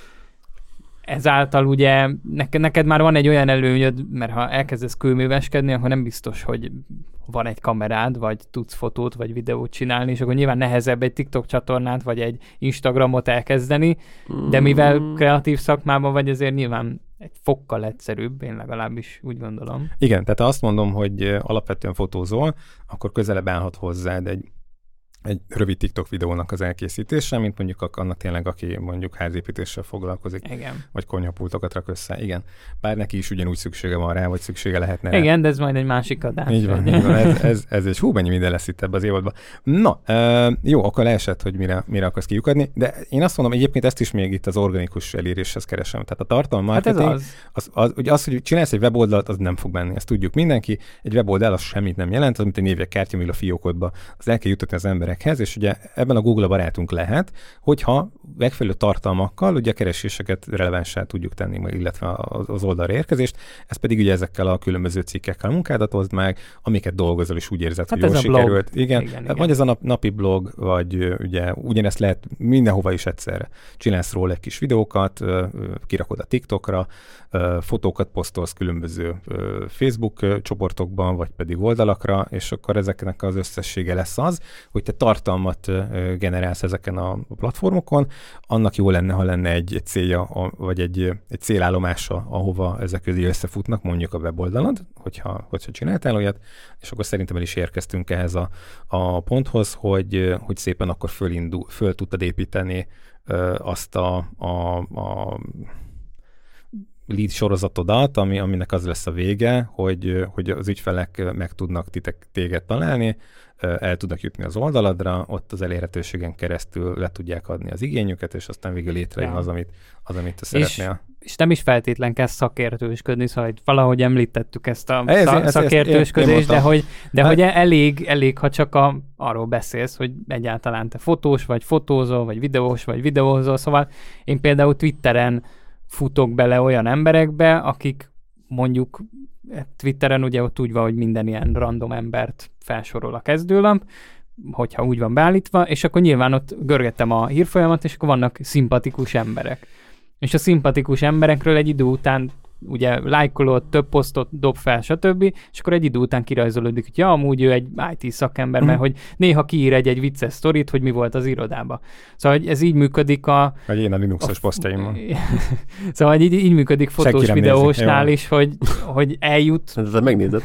Ezáltal ugye neked már van egy olyan előnyöd, mert ha elkezdesz kőműveskedni, akkor nem biztos, hogy van egy kamerád, vagy tudsz fotót, vagy videót csinálni, és akkor nyilván nehezebb egy TikTok csatornát, vagy egy Instagramot elkezdeni, de mivel kreatív szakmában vagy, ezért nyilván egy fokkal egyszerűbb, én legalábbis úgy gondolom. Igen, tehát azt mondom, hogy alapvetően fotózol, akkor közelebb állhat hozzád egy rövid TikTok videónak az elkészítése, mint mondjuk annak tényleg, aki mondjuk házépítéssel foglalkozik, igen. Vagy konyhapultokat rak össze. Igen. Bár neki is ugyanúgy szüksége van rá, vagy szüksége lehetne rá. Igen, de ez majd egy másik adás. Így van. Ez egy mennyi minden lesz itt ebbe az évadban. Na, jó, akkor leesett, hogy mire akarsz kiukadni, de én azt mondom, egyébként ezt is még itt az organikus eléréshez keresem. Tehát a tartalommarketing, az, hogy csinálsz egy weboldalt, az nem fog menni. Ezt tudjuk mindenki. Egy weboldal az semmit nem jelent, az mint egy névjegykártya, a fiókodba. Az el kell jutatni az emberek emberekhez, és ugye ebben a Google barátunk lehet, hogyha megfelelő tartalmakkal ugye a kereséseket relevánsá tudjuk tenni, illetve az oldalra érkezést, ez pedig ugye ezekkel a különböző cikkekkel munkádat hozd meg, amiket dolgozol, és úgy érzed, hogy jól sikerült. Igen. Vagy ez a napi blog, vagy ugye ugyanezt lehet mindenhova is egyszerre. Csinálsz róla egy kis videókat, kirakod a TikTokra, fotókat posztolsz különböző Facebook csoportokban, vagy pedig oldalakra, és akkor ezeknek az összessége lesz az, hogy te tartalmat generálsz ezeken a platformokon, annak jó lenne, ha lenne egy célja, vagy egy célállomása, ahova ezek közé összefutnak, mondjuk a weboldalad, hogyha csináltál olyat, és akkor szerintem el is érkeztünk ehhez a ponthoz, hogy szépen akkor föl tudtad építeni azt a lead sorozatodat, aminek az lesz a vége, hogy az ügyfelek meg tudnak téged találni, el tudnak jutni az oldaladra, ott az elérhetőségen keresztül le tudják adni az igényüket, és aztán végül létrejön az, amit te szeretnél. És nem is feltétlen kell szakértősködni, szóval valahogy említettük ezt a szakértősködést, de hogy elég, ha csak arról beszélsz, hogy egyáltalán te fotós, vagy fotózol, vagy videózol, szóval én például Twitteren futok bele olyan emberekbe, akik mondjuk Twitteren ugye ott úgy van, hogy minden ilyen random embert felsorol a kezdőlamp, hogyha úgy van beállítva, és akkor nyilván ott görgettem a hírfolyamat, és akkor vannak szimpatikus emberek. És a szimpatikus emberekről egy idő után ugye lájkolod, több posztot dob fel, stb. És akkor egy idő után kirajzolódik, hogy ja, amúgy ő egy IT szakember, mert hogy néha kiír egy vicces sztorit, hogy mi volt az irodában. Szóval ez így működik vagy én a Linuxos posztjaimmal. Szóval így működik fotós videósnál is, hogy eljut. Ez megnézed.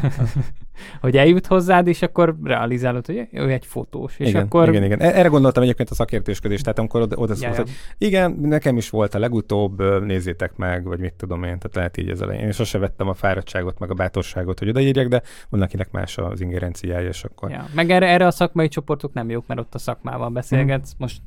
hogy eljut hozzád, és akkor realizálod, hogy ő egy fotós. És igen, akkor... igen. Erre gondoltam egyébként a szakértősködést, tehát amikor oda szólsz, hogy igen, nekem is volt a legutóbb, nézzétek meg, vagy mit tudom én, tehát lehet így ez elején. Én sose vettem a fáradtságot, meg a bátorságot, hogy odaírjak, de van akinek más az ingerenciája, és akkor... Ja. Meg erre a szakmai csoportok nem jók, mert ott a szakmával beszélgetsz. Most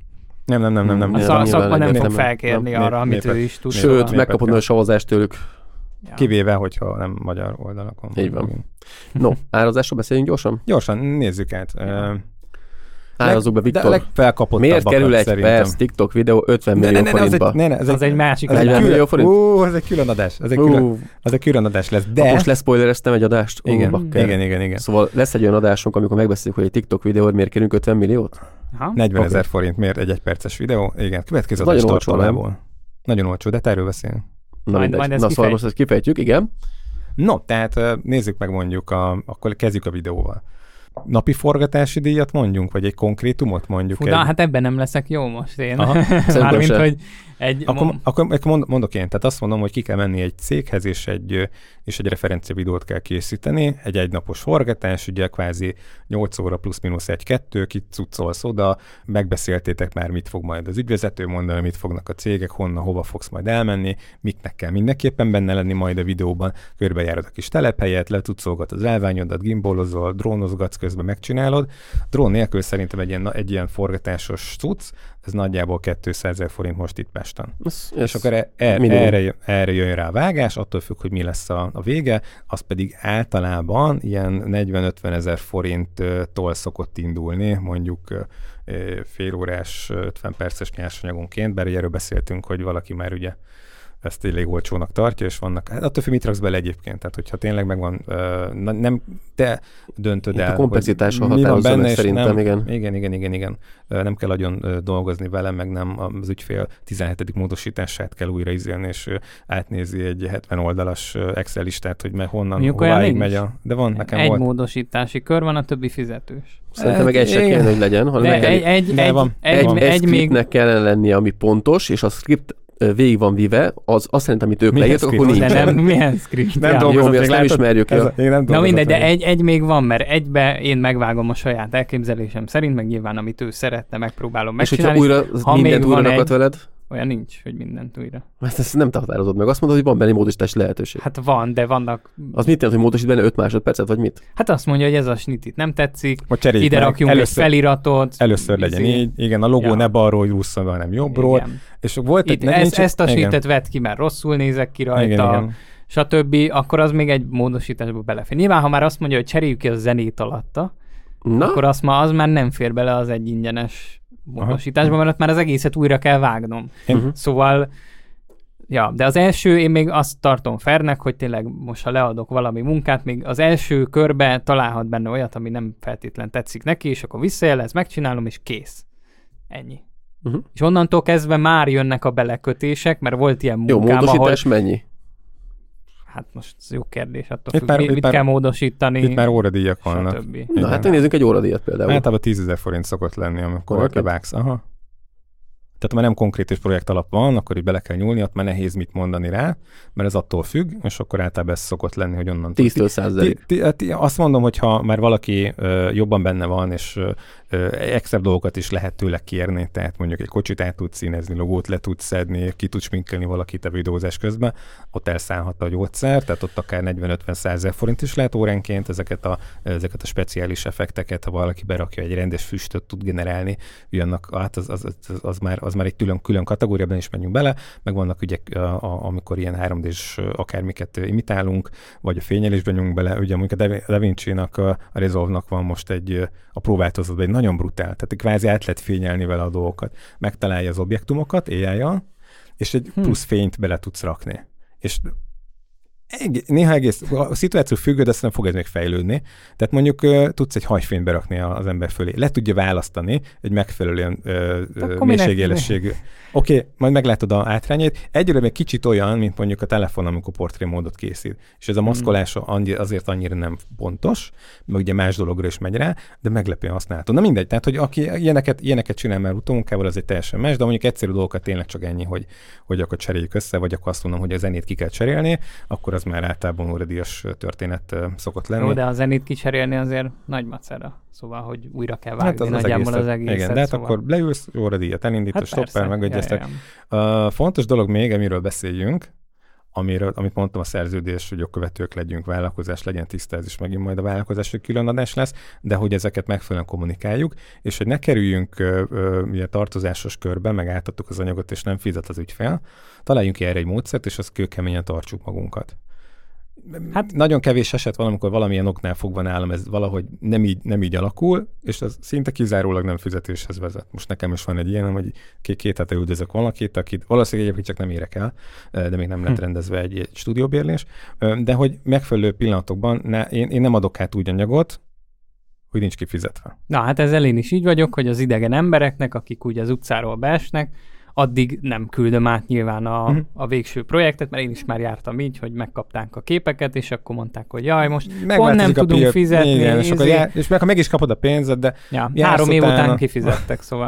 nem. A szakma nem fog felkérni arra, amit ő is tud. Sőt, megkapod a szavazást tőlük. Ja. Kivéve, hogyha nem magyar oldalakon. Így van. No, árazásról beszéljünk gyorsan? Gyorsan, nézzük át. Árazzuk be, Viktor. Miért kerül egy perc TikTok videó 50 millió forintba? Ez egy másik. 40 millió forint? Ez egy külön adás. Ez egy külön adás lesz. De... Most leszpoilereztem egy adást? Igen. Szóval lesz egy olyan adásunk, amikor megbeszéljük, hogy egy TikTok videót miért kérünk 50 milliót? 40 000 forint miért egy perces videó? Igen, következő adás tartalmából. Nagyon olcsó, de erről beszélünk. Szóval most ezt kifejtjük, igen. No, tehát nézzük meg mondjuk, akkor kezdjük a videóval. Napi forgatási díjat mondjunk, vagy egy konkrétumot mondjuk? Hát ebben nem leszek jó most én. Mármint, hogy Akkor mondok én, tehát azt mondom, hogy ki kell menni egy céghez, és egy referencia videót kell készíteni, egy egynapos forgatás, ugye kvázi 8 óra plusz-minusz 1-2, kicuccolsz oda, megbeszéltétek már, mit fog majd az ügyvezető mondani, mit fognak a cégek, hova fogsz majd elmenni, miknek kell mindenképpen benne lenni majd a videóban, körbejárod a kis telephelyet, letucolgat az elványodat, gimbolozol, drónozgatsz, közben megcsinálod. Drón nélkül szerintem egy ilyen forgatásos cucc, ez nagyjából 200 000 forint most itt Pesten. És akkor erre jön rá a vágás, attól függ, hogy mi lesz a vége, az pedig általában ilyen 40-50 000 forinttól szokott indulni, mondjuk fél órás, 50 perces nyersanyagonként, bár erről beszéltünk, hogy valaki már ugye ezt elég olcsónak tartja, és vannak, hát attól függ, mit raksz bele egyébként, tehát hogyha tényleg megvan, nem te döntöd el, a komplexitása határozza meg szerintem, igen. Nem kell nagyon dolgozni vele, meg nem az ügyfél 17. módosítását kell újra izélni, és átnézi egy 70 oldalas Excel listát, hogy honnan, hováig megy a... De van, nekem egy volt. Módosítási kör van, a többi fizetős. Szerintem meg egy se kéne, hogy legyen, hanem egy scriptnek kellene lennie, ami pontos, és a script végig van vive, azt szerintem, amit ők leírtak, akkor nincs. De nem, milyen script? Mi azt nem ismerjük el. Na mindegy, de egy még van, mert egybe én megvágom a saját elképzelésem szerint, meg nyilván, amit ő szeretne, megpróbálom megcsinálni. És hogyha mindent újra rakad veled? Olyan nincs, hogy mindent újra. Ezt nem te határozod meg. Azt mondod, hogy van benne módosítási lehetőség. Hát van, de vannak... Az mit jelent, hogy módosít benne 5 másodpercet, vagy mit? Hát azt mondja, hogy ez a snit itt nem tetszik, ide rakjunk egy feliratot. Először legyen így, igen, a logó ne balról jusszon, hanem jobbról. Igen. És volt itt, ezt a snitet vett ki, mert rosszul nézek ki rajta, stb. Akkor az még egy módosításba belefér. Nyilván, ha már azt mondja, hogy cseréljük ki a zenét alatta, akkor az már nem fér bele az egy ingyenes módosításba, mert ott már az egészet újra kell vágnom. Szóval, ja, de az első, én még azt tartom fairnek, hogy tényleg most, ha leadok valami munkát, még az első körbe találhat benne olyat, ami nem feltétlen tetszik neki, és akkor visszajelez, megcsinálom, és kész. Ennyi. És onnantól kezdve már jönnek a belekötések, mert volt ilyen munkám, jó, módosítás mennyi? Hát most ez jó kérdés, attól függ, mit kell módosítani. Itt már óradíjak vannak. Na hát nézzünk egy óradíjat például. Általában 10 000 forint szokott lenni, amikor bevágsz. Aha. Tehát már nem konkrét és projekt alap van, akkor így bele kell nyúlni, ott már nehéz mit mondani rá, mert ez attól függ, és akkor általában ez szokott lenni, hogy onnan... 10-től 100-ig. Azt mondom, hogy ha már valaki jobban benne van, és extra dolgokat is lehet tőle kérni, tehát mondjuk egy kocsit át tudsz színezni, logót le tudsz szedni, ki tudsz sminkelni valakit a videózás közben, ott elszállhat a gyógyszer, tehát ott akár 40-50-100 000 forint is lehet óránként ezeket a speciális effekteket, ha valaki berakja, egy rendes füstöt tud generálni, jönnek át, az már egy külön kategóriában is menjünk bele, meg vannak ugye, amikor ilyen 3D-s akármiket imitálunk, vagy a fényelésben nyújunk bele, ugye mondjuk a DaVinci-nak, a Resolve-nak van most a próbálkozatban egy nagyon brutál, tehát kvázi át lehet fényelni vele a dolgokat. Megtalálja az objektumokat AI-jal, és egy plusz fényt bele tudsz rakni. És néha egész, a szituáció függő, de aztán fog ez még fejlődni. Tehát mondjuk tudsz egy hajfényt berakni az ember fölé. Le tudja választani egy megfelelően mélységélességű. Oké, majd meglátod a átrányait. Egyre még kicsit olyan, mint mondjuk a telefon, amikor portrémódot készít. És ez a maszkolás azért annyira nem pontos, meg ugye más dologra is megy rá, de meglepően használható. Na mindegy, tehát hogy aki ilyeneket csinál már utómunkával, az egy teljesen más, de mondjuk egyszerű dolgokat tényleg csak ennyi, hogy akkor cseréljük össze, vagy akkor azt mondom, hogy a zenét ki kell cserélni, akkor az már általában óradíjas történet szokott lenni. Jó, de a zenét kicserélni azért nagy macera. Szóval, hogy újra kell vágni nagyjából az egészet. Igen, de hát szóval... akkor leülsz, óradíjat elindítasz, stoppel, megegyeztek. Fontos dolog még, amiről beszéljünk, amit mondtam, a szerződés, hogy jogkövetők legyünk, vállalkozás legyen, tisztázás, megint majd a vállalkozás, hogy külön adás lesz, de hogy ezeket megfelelően kommunikáljuk, és hogy ne kerüljünk ilyen tartozásos körbe, meg átadtuk az anyagot, és nem fizet az ügyfél, találjunk ki erre egy módszert, és azt kőkeményen tartsuk magunkat. Hát nagyon kevés eset van, amikor valamilyen oknál fogva nálam ez valahogy nem így alakul, és az szinte kizárólag nem fizetéshez vezet. Most nekem is van egy ilyen, hogy 2 hete üldözök valakit, akit valószínűleg egyébként csak nem érek el, de még nem lett rendezve egy stúdióbérlés, de hogy megfelelő pillanatokban én nem adok át úgy anyagot, hogy nincs kifizetve. Na hát ezzel én is így vagyok, hogy az idegen embereknek, akik úgy az utcáról beesnek, addig nem küldöm át nyilván a végső projektet, mert én is már jártam így, hogy megkapták a képeket, és akkor mondták, hogy jaj, most pont nem tudunk fizetni. Igen, és meg ha meg is kapod a pénzed, de... Ja, 3 év után kifizettek, szóval...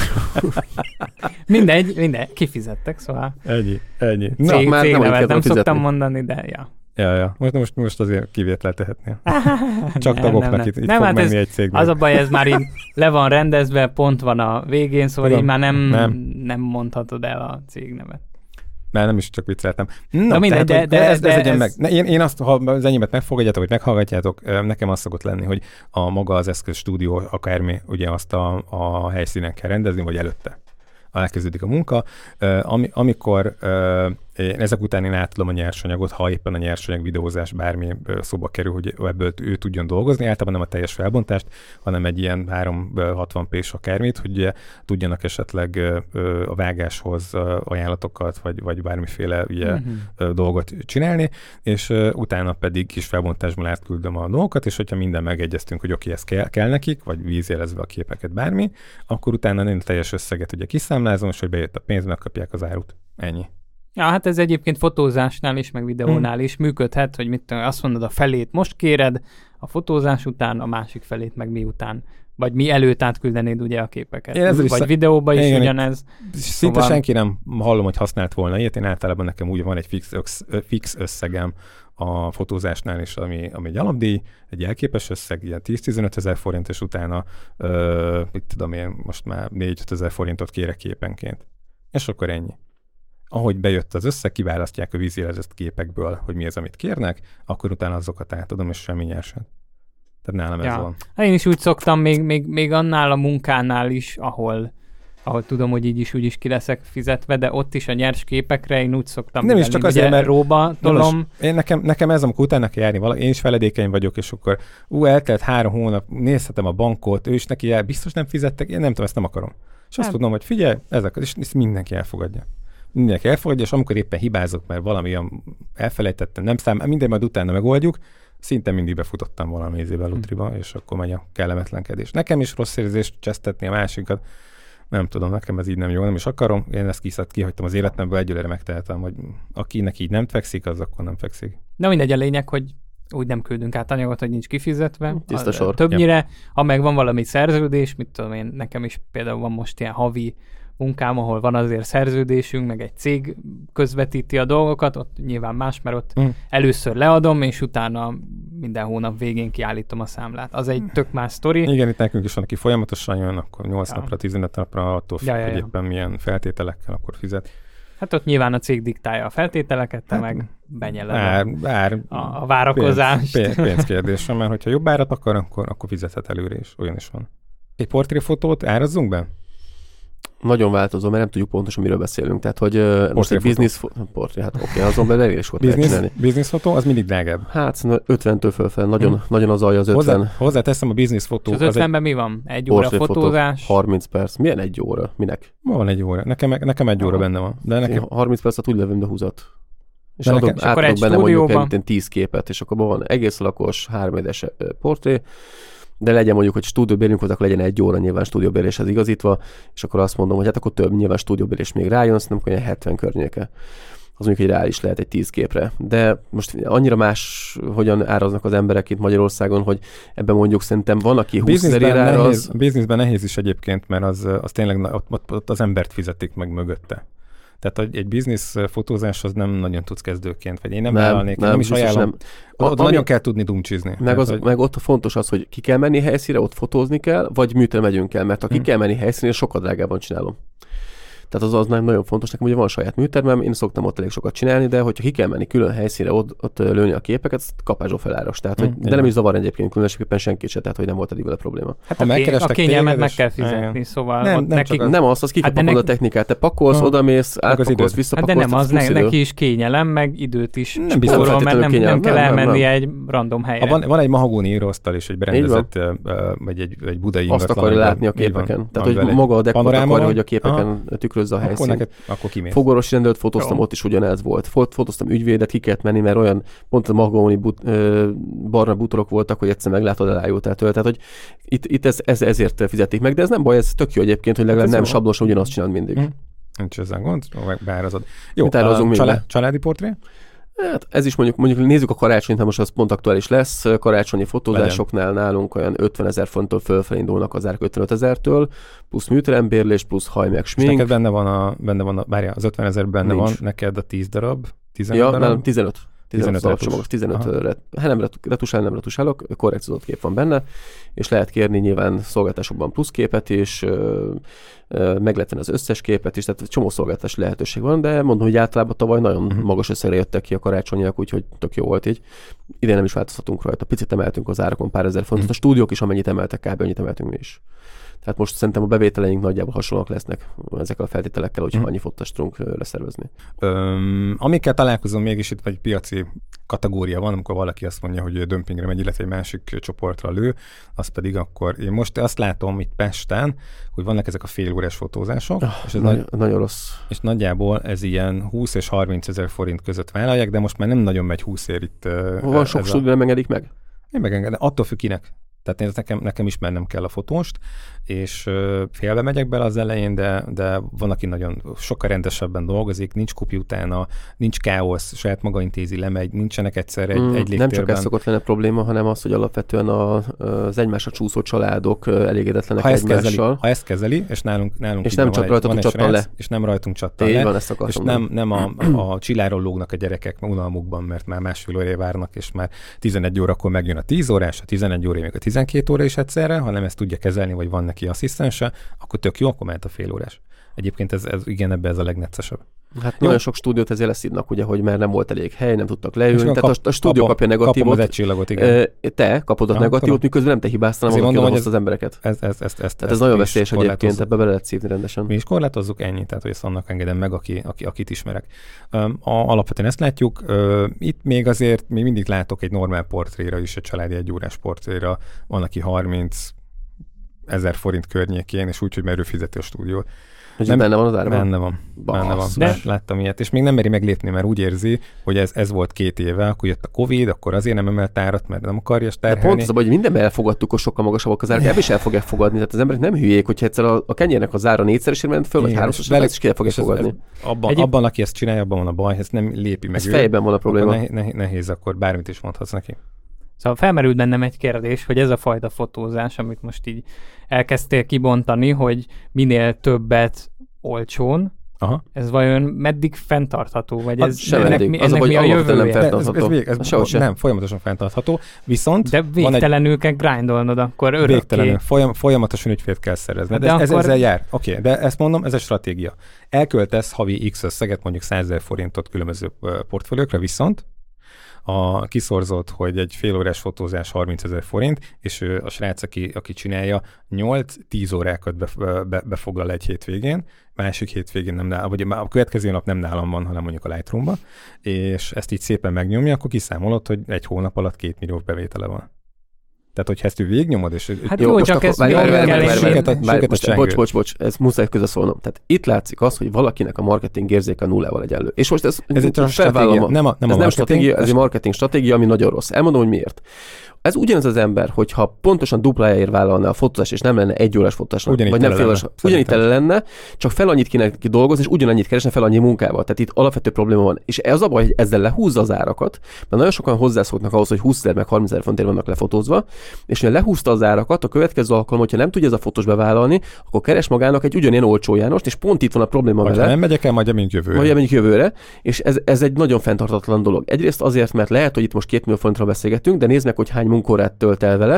mindegy, kifizettek, szóval... Ennyi. Cégnevet nem szoktam mondani, de ja. Ja. Most azért kivételt tehetnél. Csak tagoknak itt fog hát menni egy cégnél. Az a baj, ez már így le van rendezve, pont van a végén, szóval így már nem mondhatod el a cégnevet. Már nem is csak vicceltem. Na mindegy, de ez legyen meg. Én azt, ha az enyémet megfogadjátok, vagy meghallgatjátok, nekem az szokott lenni, hogy a maga az eszköz stúdió, akármi, ugye azt a helyszínen kell rendezni, vagy előtte. Elkezdődik a munka. Amikor ezek után én átadom a nyersanyagot, ha éppen a nyersanyag videózás bármi szóba kerül, hogy ebből ő tudjon dolgozni, általában nem a teljes felbontást, hanem egy ilyen 360p-s akármit, hogy tudjanak esetleg a vágáshoz ajánlatokat, vagy bármiféle dolgot csinálni, és utána pedig kis felbontásban átküldöm a dolgokat, és hogyha minden megegyeztünk, hogy oké, ez kell nekik, vagy vízjelezve a képeket bármi, akkor utána én teljes összeget ugye kiszámlázom, és hogy bejött a pénz, megkapják az árut. Ennyi. Ja, hát ez egyébként fotózásnál is, meg videónál is működhet, hogy azt mondod, a felét most kéred, a fotózás után, a másik felét meg miután. Vagy mi előtt átküldenéd ugye a képeket. Vagy videóba is ugyanez. Szinte senki nem hallom, hogy használt volna ilyet. Én általában nekem úgy van egy fix összegem a fotózásnál is, ami egy alapdíj, egy jelképes összeg, ilyen 10-15 000 forint, és utána mit tudom én, most már 4-5 000 forintot kérek képenként. És akkor ennyi. Ahogy bejött az összeg, kiválasztják a vízjelezett képekből, hogy mi az, amit kérnek, akkor utána azokat átadom, és semmi nyersen. Tehát nálam ez van. Én is úgy szoktam, még annál a munkánál is, ahol ahol tudom, hogy így is úgy is ki leszek fizetve, de ott is a nyers képekre én úgy szoktam nem is csak azért, mert róba tolom. Én nekem ez, amikor utána kell járni valami, én is feledékeny vagyok, és akkor eltelt 3 hónap, nézhetem a bankot, ő is neki jár, biztos nem fizettek, én nem tudom, ezt nem akarom. És azt tudom, hogy figyelj, és ezt mindenki elfogadja. Mindenki elfogadja, és amikor éppen hibázok, mert valami olyan elfelejtettem, nem minden majd utána megoldjuk, szinte mindig befutottam valami ízébe lutriba, és akkor megy a kellemetlenkedés. Nekem is rossz érzés csesztetni a másikat, nem tudom, nekem ez így nem jó, nem is akarom, én ezt kihagytam az életemből, egyelőre megtehetem, hogy akinek így nem fekszik, az akkor nem fekszik. Na mindegy, a lényeg, hogy úgy nem küldünk át anyagot, hogy nincs kifizetve. Tiszta sor. Többnyire, ha meg van valami szerződés, mit tudom én, nekem is például van most ilyen havi munkám, ahol van azért szerződésünk, meg egy cég közvetíti a dolgokat, ott nyilván más, mert ott először leadom, és utána minden hónap végén kiállítom a számlát. Az egy tök más sztori. Igen, itt nekünk is van, aki folyamatosan jön, akkor 8 napra, 15 napra, attól függ, hogy éppen milyen feltételekkel akkor fizet. Hát ott nyilván a cég diktálja a feltételeket, te meg benyeled a várakozást. Pénzkérdés, mert hogyha jobb árat akar, akkor fizethet előre is. Olyan is van. Egy portréfotót árazzunk be? Nagyon változó, mert nem tudjuk pontosan, miről beszélünk. Tehát, hogy most egy business portré, hát oké, azon belül elég is volt csinálni. Business fotó, az mindig drágább. Hát 50-től fölfel, nagyon az alja az 50. Hozzáteszem a business fotó. És az 50-ben mi van? 1 óra fotózás? 30 perc. Milyen 1 óra? Minek? Van 1 óra. Nekem 1 óra benne van. De nekem... 30 percet úgy lövöm, de húzat. És átadok benne mondjuk 10 képet, és akkor van egész lakos, 3D-es portré, de legyen mondjuk, hogy stúdióbérünk hozzá, akkor legyen 1 óra nyilván stúdióbéréshez igazítva, és akkor azt mondom, hogy hát akkor több nyilván stúdióbérés még rájön, szerintem akkor 70 környéke. Az mondjuk, hogy reális lehet egy 10 képre. De most annyira más, hogyan áraznak az emberek itt Magyarországon, hogy ebben mondjuk szerintem van, aki 20 000 áraz. Bizniszben nehéz is egyébként, mert az tényleg ott az embert fizetik meg mögötte. Tehát egy biznisz fotózás az nem nagyon tudsz kezdőként, vagy én nem vállalnék, nem is ajánlom. Ott nagyon kell tudni dumcsizni. Meg ott fontos az, hogy ki kell menni helyszínre, ott fotózni kell, vagy műtőre megyünk el, mert ha ki kell menni helyszínre, sokkal drágában csinálom. Tehát az nagyon fontos nekem, hogy van saját műtermem, én szoktam ott elég sokat csinálni, de hogyha ki kell menni külön helyszínre, ott lőni a képeket, azt kapásból feláras. Tehát, de nem is zavar egyébként különösképpen senkit se, tehát hogy nem volt eddig vele probléma. Hát a kényelmet meg kell fizetni, szóval nem az kikapod a technikát, te pakolsz, odamész, átpakolsz, visszapakolsz. Hát de nem az, neki is kényelem, meg időt is spórol, mert nem kell elmenni egy random helyre. Van egy mahagóni íróasztal és egy berendezett, vagy egy budai ingatlan. Azt akarja látni a képeken. Tehát, hogy maga a dekor akarja, hogy a képeken a helyszín. Akkor kimész. Fogorvosi rendőrt fotóztam, ott is ugyanez volt. Fotóztam ügyvédet, ki kellett menni, mert olyan pont a mahagóni barna bútorok voltak, hogy egyszer meglátod elájultál. Tehát, hogy itt ezért fizetik meg, de ez nem baj, ez tök jó egyébként, hogy legalább nem sablosan ugyanazt csinálod mindig. Nincs ezzel gond, beárazod. Jó, családi portré? Hát ez is mondjuk nézzük a karácsonyt, ha most az pont aktuális lesz, karácsonyi fotózásoknál nálunk olyan 50 000 fonttól fölfelé indulnak az árak 55 000-től, plusz műterembérlés, plusz haj meg smink. És neked benne van az 50 000 benne nincs. Van, neked a 10 darab, 15 darab? Nálam 15 alapcsomagos, 15 nem retusálok, korrekciózott kép van benne, és lehet kérni nyilván szolgáltatásokban plusz képet, és meg lehet venni az összes képet is, tehát csomó szolgáltatási lehetőség van, de mondom, hogy általában tavaly nagyon magas összegre jöttek ki a karácsonyiak, úgyhogy tök jó volt így. Idén nem is változtatunk rajta, picit emeltünk az árakon pár ezer fontot, a stúdiók is amennyit emeltek, kb. Annyit emeltünk mi is. Tehát most szerintem a bevételeink nagyjából hasonlóak lesznek ezekkel a feltételekkel, hogyha annyi fotóst tudunk leszervezni. Amikkel találkozom mégis itt egy piaci kategória van, amikor valaki azt mondja, hogy dömpingre megy, illetve egy másik csoportra lő, az pedig akkor én most azt látom itt Pesten, hogy vannak ezek a félórás fotózások. És ez nagyon rossz. És nagyjából ez ilyen 20 és 30 000 forint között vállalják, de most már nem nagyon megy 20 ér itt. Van sok stúdió, nem engedik meg? Én megengedem, attól függ kinek. Tehát nekem ismernem kell a fotóst, és félbe megyek bele az elején, de van, aki nagyon sokkal rendesebben dolgozik, nincs kopi utána, nincs káosz, saját maga intézi, lemegy, nincsenek egyszer egy légtérben. Nem csak ez szokott lenni a probléma, hanem az, hogy alapvetően az egymásra csúszó családok elégedetlenek egymással. Ha ezt kezeli, és nálunk és nem csak rajtunk csattan le. És nem rajtunk csattan le. Van, ezt és nem a csilláról lógnak a gyerekek unalmukban, mert már másfél órája várnak, és már 11 órakor megjön a 10 órás, a 11 óra még a 12 óra is egyszerre, hanem ezt tudja kezelni, vagy van neki asszisztense, akkor tök jó, akkor mehet a fél órás. Egyébként ez igen, ebbe ez a legneccesebb. Hát nagyon sok stúdiót ezért leszidnak, ugye, hogy már nem volt elég hely, nem tudtak leülni. Tehát a stúdió kapja negatívot. Kapom az egy csillagot, igen. Te kapod a negatívot, miközben nem te hibáztál, hanem mondom, hogy az embereket. Tehát ez nagyon veszélyes egyébként, ebbe bele lehet szívni rendesen. Mi is korlátozzuk ennyi, tehát hogy ezt annak engedem meg, akit ismerek. Alapvetően ezt látjuk. Itt még azért még mindig látok egy normál portréra is, egy családi egyórás portréra, van, aki 30 000 forint környékén, és úgy, hogy merő fizeti a stúdiót. Nem, benne van az árban? Benne van. De... Láttam ilyet, és még nem meri meglépni, mert úgy érzi, hogy ez volt 2 éve, akkor jött a Covid, akkor azért nem emelt árat, mert nem akarja terhelni. De pont az, hogy mindenben elfogadtuk, hogy sokkal magasabbak az árak, ebből is el fogják fogadni. Tehát az emberek nem hülyék, hogyha egyszer a kenyérnek az ára 4-szeresére ment föl, vagy 3-szor, is ki el fogják fogadni. Abban, aki ezt csinálja, abban van a baj, ez nem lépi meg. Ez fejben van a probléma. Nehéz, akkor bármit is mondhatsz neki. Szóval felmerült bennem egy kérdés, hogy ez a fajta fotózás, amit most így elkezdtél kibontani, hogy minél többet olcsón, ez vajon meddig fenntartható? Vagy ez ennek mi a jövője? Nem, folyamatosan fenntartható, viszont... De végtelenül kell grindolnod, akkor örökké. Végtelenül, folyamatosan ügyfélt kell szerezni. De ezzel jár. Oké, de ezt mondom, ez egy stratégia. Elköltesz havi X összeget, mondjuk 100 000 forintot különböző portfóliókra, viszont kiszorzott, hogy egy fél órás fotózás 30 000 forint, és a srác, aki csinálja, 8-10 órákat befoglal egy hétvégén, másik hétvégén nem nálam, vagy a következő nap nem nálam van, hanem mondjuk a Lightroom-ba, és ezt így szépen megnyomja, akkor kiszámolod, hogy egy hónap alatt 2 millió bevétele van. Tehát, hogyha ezt ő végignyomod, és... Hát jó, csak ezt Bocs, ez muszáj közösszólnom. Tehát itt látszik az, hogy valakinek a marketing érzéke nullával egyenlő. És most ez egy stratégia, nem stratégia, ez egy marketing stratégia, ami nagyon rossz. Elmondom, hogy miért. Ez ugyanaz az ember, hogyha pontosan duplájáért vállalna a fotózás, és nem lenne 1 órás fotózás, vagy nem fél órás, ugyanígy tele lenne, csak fel annyit kéne ki dolgozni, és ugyanannyit keresne fel annyi munkával. Tehát itt alapvető probléma van. És ez a baj, hogy ezzel lehúzza az árakat, mert nagyon sokan hozzászoknak ahhoz, hogy 20 000 meg 30 000 forintért vannak lefotózva, és ha lehúzta az árakat, a következő alkalom, hogyha nem tudja ez a fotós bevállalni, akkor keres magának egy ugyanilyen olcsó Jánost, és pont itt van a probléma vele. Nem megyek el, majd jövőre. És ez egy nagyon fenntartatlan dolog. Egyrészt azért, mert lehet, hogy itt most 2 millió forintról beszélgetünk, de nézd meg, hogy hány munkaórát tölt el vele,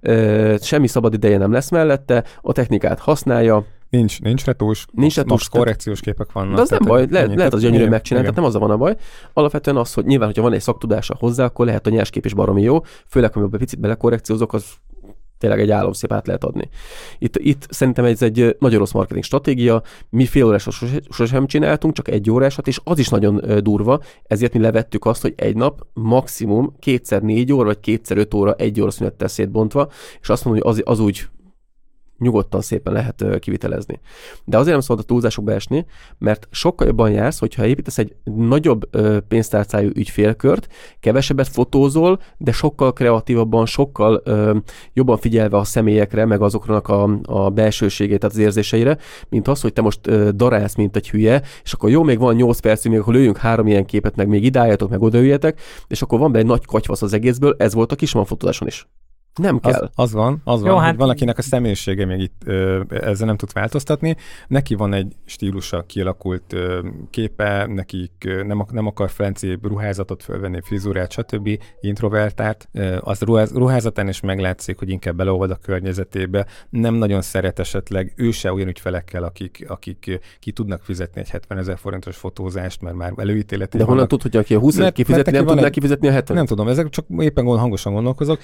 semmi szabad ideje nem lesz mellette, a technikát használja. Nincs retús, max korrekciós képek vannak. De az nem baj, lehet az gyönyörűen megcsinálni, tehát nem az van a baj. Alapvetően az, hogy nyilván, hogyha van egy szaktudása hozzá, akkor lehet a nyerskép is baromi jó, főleg, amikor picit belekorrekciózok, az tényleg egy álomszép át lehet adni. Itt szerintem ez egy nagyon rossz marketing stratégia, mi fél órásat sosem csináltunk, csak 1 órásat, és az is nagyon durva, ezért mi levettük azt, hogy egy nap maximum 2x4 óra, vagy 2x5 óra 1 óra szünettel szétbontva, és azt mondom, hogy az úgy nyugodtan szépen lehet kivitelezni. De azért nem szabad a túlzásokba esni, mert sokkal jobban jársz, hogyha építesz egy nagyobb pénztárcájú ügyfélkört, kevesebbet fotózol, de sokkal kreatívabban, sokkal jobban figyelve a személyekre, meg azoknak a belsőségét, tehát az érzéseire, mint az, hogy te most darálsz, mint egy hülye, és akkor jó, még van 8 percig, még akkor lőjünk 3 ilyen képet, meg még idálljatok, meg odaüljetek, és akkor van be egy nagy katyvasz az egészből, ez volt a Kisman fotózáson is. Nem kell. Az van, jó, hát... van, akinek a személyisége még itt ezzel nem tud változtatni. Neki van egy stílusa, kialakult képe, nekik nem akar franciább ruházatot fölvenni, frizurát, stb. Introvertált. Az ruházatán is meglátszik, hogy inkább beleolvad a környezetébe. Nem nagyon szeret esetleg ő se olyan ügyfelekkel, akik ki tudnak fizetni egy 70 000 forintos fotózást, mert már előítéletén. De honnan tud, hogy aki a 20 000 kifizetni, nem tudná kifizetni a 70? Nem tudom, ezek csak éppen hangosan gondolkozok.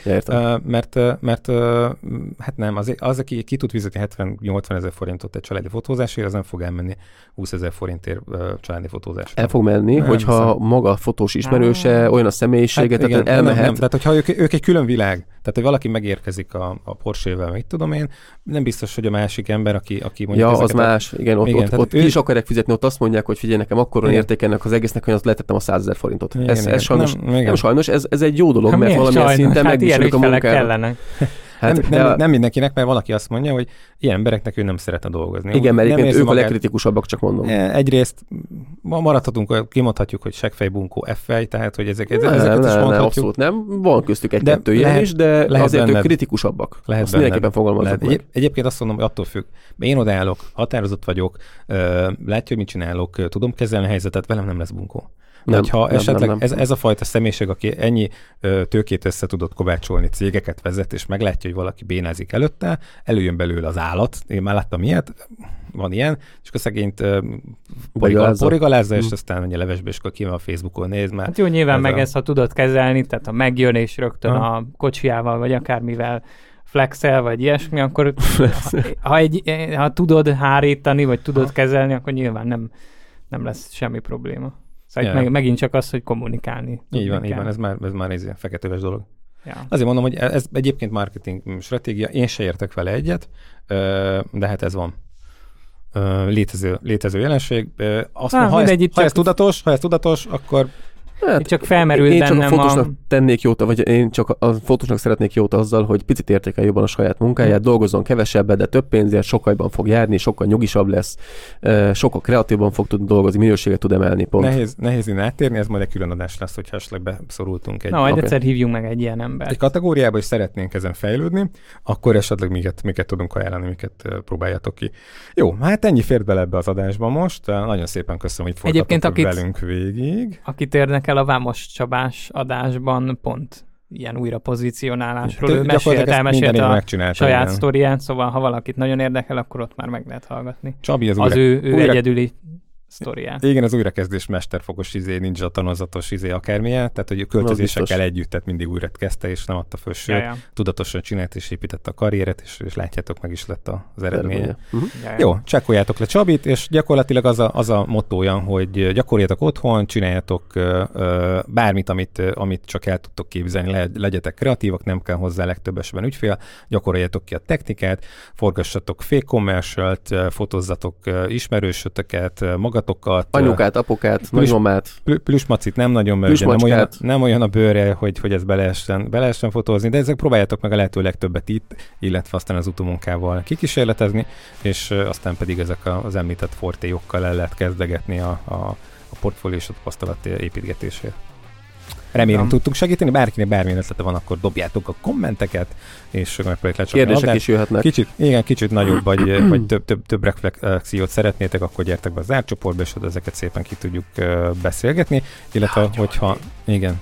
Mert hát nem, az, aki ki tud fizetni 70-80 000 forintot egy családi fotózásért, az nem fog elmenni 20 000 forintért családi fotózásra. El fog menni, nem, hogyha hiszem. Maga a fotós ismerőse, olyan a személyisége, hát tehát igen, elmehet. Nem. Tehát, hogyha ők egy külön világ, tehát, hogy valaki megérkezik a Porsche-vel, meg tudom én, nem biztos, hogy a másik ember, aki mondjuk... Ja, az más, igen, ott ki is akarják fizetni, ott azt mondják, hogy figyelj, nekem akkoran értékelnek az egésznek, hogy azt letettem a 100 000 forintot. Ez sajnos, nem sajnos, ez egy jó dolog, mert valamilyen szinten megviselik a munkára. Hát, nem mindenkinek, mert valaki azt mondja, hogy ilyen embereknek ő nem szeretne dolgozni. Igen, mert egyébként ők magát... a legkritikusabbak, csak mondom. Egyrészt maradhatunk, kimondhatjuk, hogy seggfej, bunkó, F-fej, tehát hogy ezeket is mondhatjuk. Nem, abszolút nem. Van köztük egy-kettő ilyen is, de azért ők kritikusabbak. Azt mindenképpen fogalmazok meg. Egyébként azt mondom, hogy attól függ. Én odaállok, határozott vagyok, látja, hogy mit csinálok, tudom kezelni a helyzetet, velem nem lesz bunkó. Ha esetleg ez a fajta személyiség, aki ennyi tőkét össze tudott kovácsolni, cégeket vezet, és meglátja, hogy valaki bénázik előtte, előjön belőle az állat. Én már láttam ilyet, van ilyen, és akkor szegényt porigalázza, és aztán ugye levesbe, és akkor ki van a Facebookon néz már. Hát jó, nyilván meg ezt, ha tudod kezelni, tehát ha megjön, és rögtön a kocsiával, vagy akármivel flexel, vagy ilyesmi, akkor ha tudod hárítani, vagy tudod kezelni, akkor nyilván nem lesz semmi probléma. Szóval megint csak az, hogy kommunikálni. Így van, ez már egy feketöves dolog. Ja. Azért mondom, hogy ez egyébként marketing stratégia, én se értek vele egyet, de hát ez van. Létező jelenség. Ha ez tudatos, akkor... Hát, csak felmerült én bennem csak a fotósnak tennék jót, vagy én csak a fotósnak szeretnék jót azzal, hogy picit értékel jobban a saját munkáját, dolgozzon kevesebbet, de több pénzért, sokkal jobban fog járni, sokkal nyugisabb lesz, sokkal kreatívban fog tudni dolgozni, minőséget tud emelni, pont. Nehéz innen áttérni, ez majd egy külön adás lesz, hogyha esetleg beszorultunk egy... majd egyszer hívjunk meg egy ilyen embert. Egy kategóriába is szeretnénk ezen fejlődni, akkor esetleg miket tudunk ajánlani, miket próbáljatok ki. Jó, hát ennyi fért bele ebbe az adásba most. Nagyon szépen köszönöm, hogy folytatok velünk végig. Akit érdekel, a Vámos Csabás adásban pont ilyen újra pozícionálásról ő elmesélt a saját sztoriát, szóval ha valakit nagyon érdekel, akkor ott már meg lehet hallgatni. Csabi az ő egyedüli sztoriát. Igen, az újrakezdés mesterfokos ninja tanozatos akármilyen, tehát hogy költözésekkel együtt, tehát mindig újra kezdte, és nem adta föl, sőt, tudatosan csinált és építette a karrieret, és látjátok, meg is lett az eredménye. Jó, csekkoljátok le Csabit, és gyakorlatilag az a mottója, hogy gyakoroljatok otthon, csináljatok bármit, amit csak el tudtok képzelni, legyetek kreatívak, nem kell hozzá legtöbb esetben ügyfél, gyakoroljatok ki a technikát, forgassatok fake commercialt, fotózzatok ismerősötöket, magatokat. Anyukát, apukát, nagymamát. Plüsmacit nem nagyon, mert nem olyan a bőre, hogy ezt be lehessen fotózni, de ezek próbáljátok meg a lehető legtöbbet itt, illetve aztán az utómunkával kikísérletezni, és aztán pedig ezek az említett fortéjokkal el lehet kezdegetni a portfólió és a tapasztalat építgetését. Remélem tudtunk segíteni, bárkinek bármilyen ötlete van, akkor dobjátok a kommenteket, és megpróbáljuk lecsapni. Kérdések is jöhetnek. Kicsit nagyobb, vagy több reflexiót szeretnétek, akkor gyertek be a zárt csoportba, és ezeket szépen ki tudjuk beszélgetni, illetve hogyha... Igen.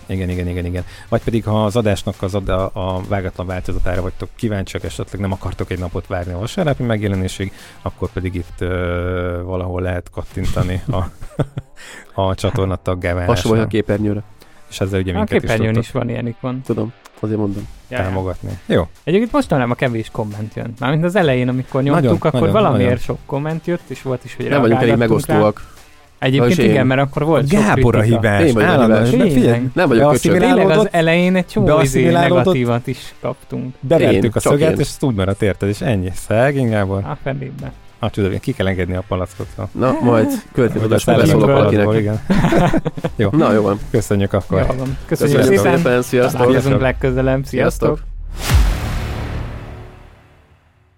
Vagy pedig, ha az adásnak a vágatlan változatára vagytok kíváncsiak, esetleg nem akartok egy napot várni a vasárnapi megjelenésig, akkor pedig itt valahol lehet kattintani a csatorna taggá válásra. Hasonló a képernyőre. És ezzel ugye minket is képernyőn is van ilyen ikon. Tudom, azért mondom. Támogatni. Jó. Egyébként mostanában a kevés komment jön. Mármint az elején, amikor nyomtuk, akkor valamiért sok komment jött, és volt is, hogy nem vagyunk elég megosztóak. Egyébként igen, mert akkor volt Gábor a hibás. Nem vagyok köcsög. Tényleg az elején egy csomó negatívat is kaptunk. Bevertük a szöget, és úgy maradt érted, és ennyi. Szegény Gábor. Fennébe. Tudom, ki kell engedni a palackot. Na, majd következő adásban beszólok valakinek. Igen. Jó. Na, jó van. Köszönjük akkor. Köszönjük szépen. Sziasztok. Találkozunk legközelebb. Sziasztok.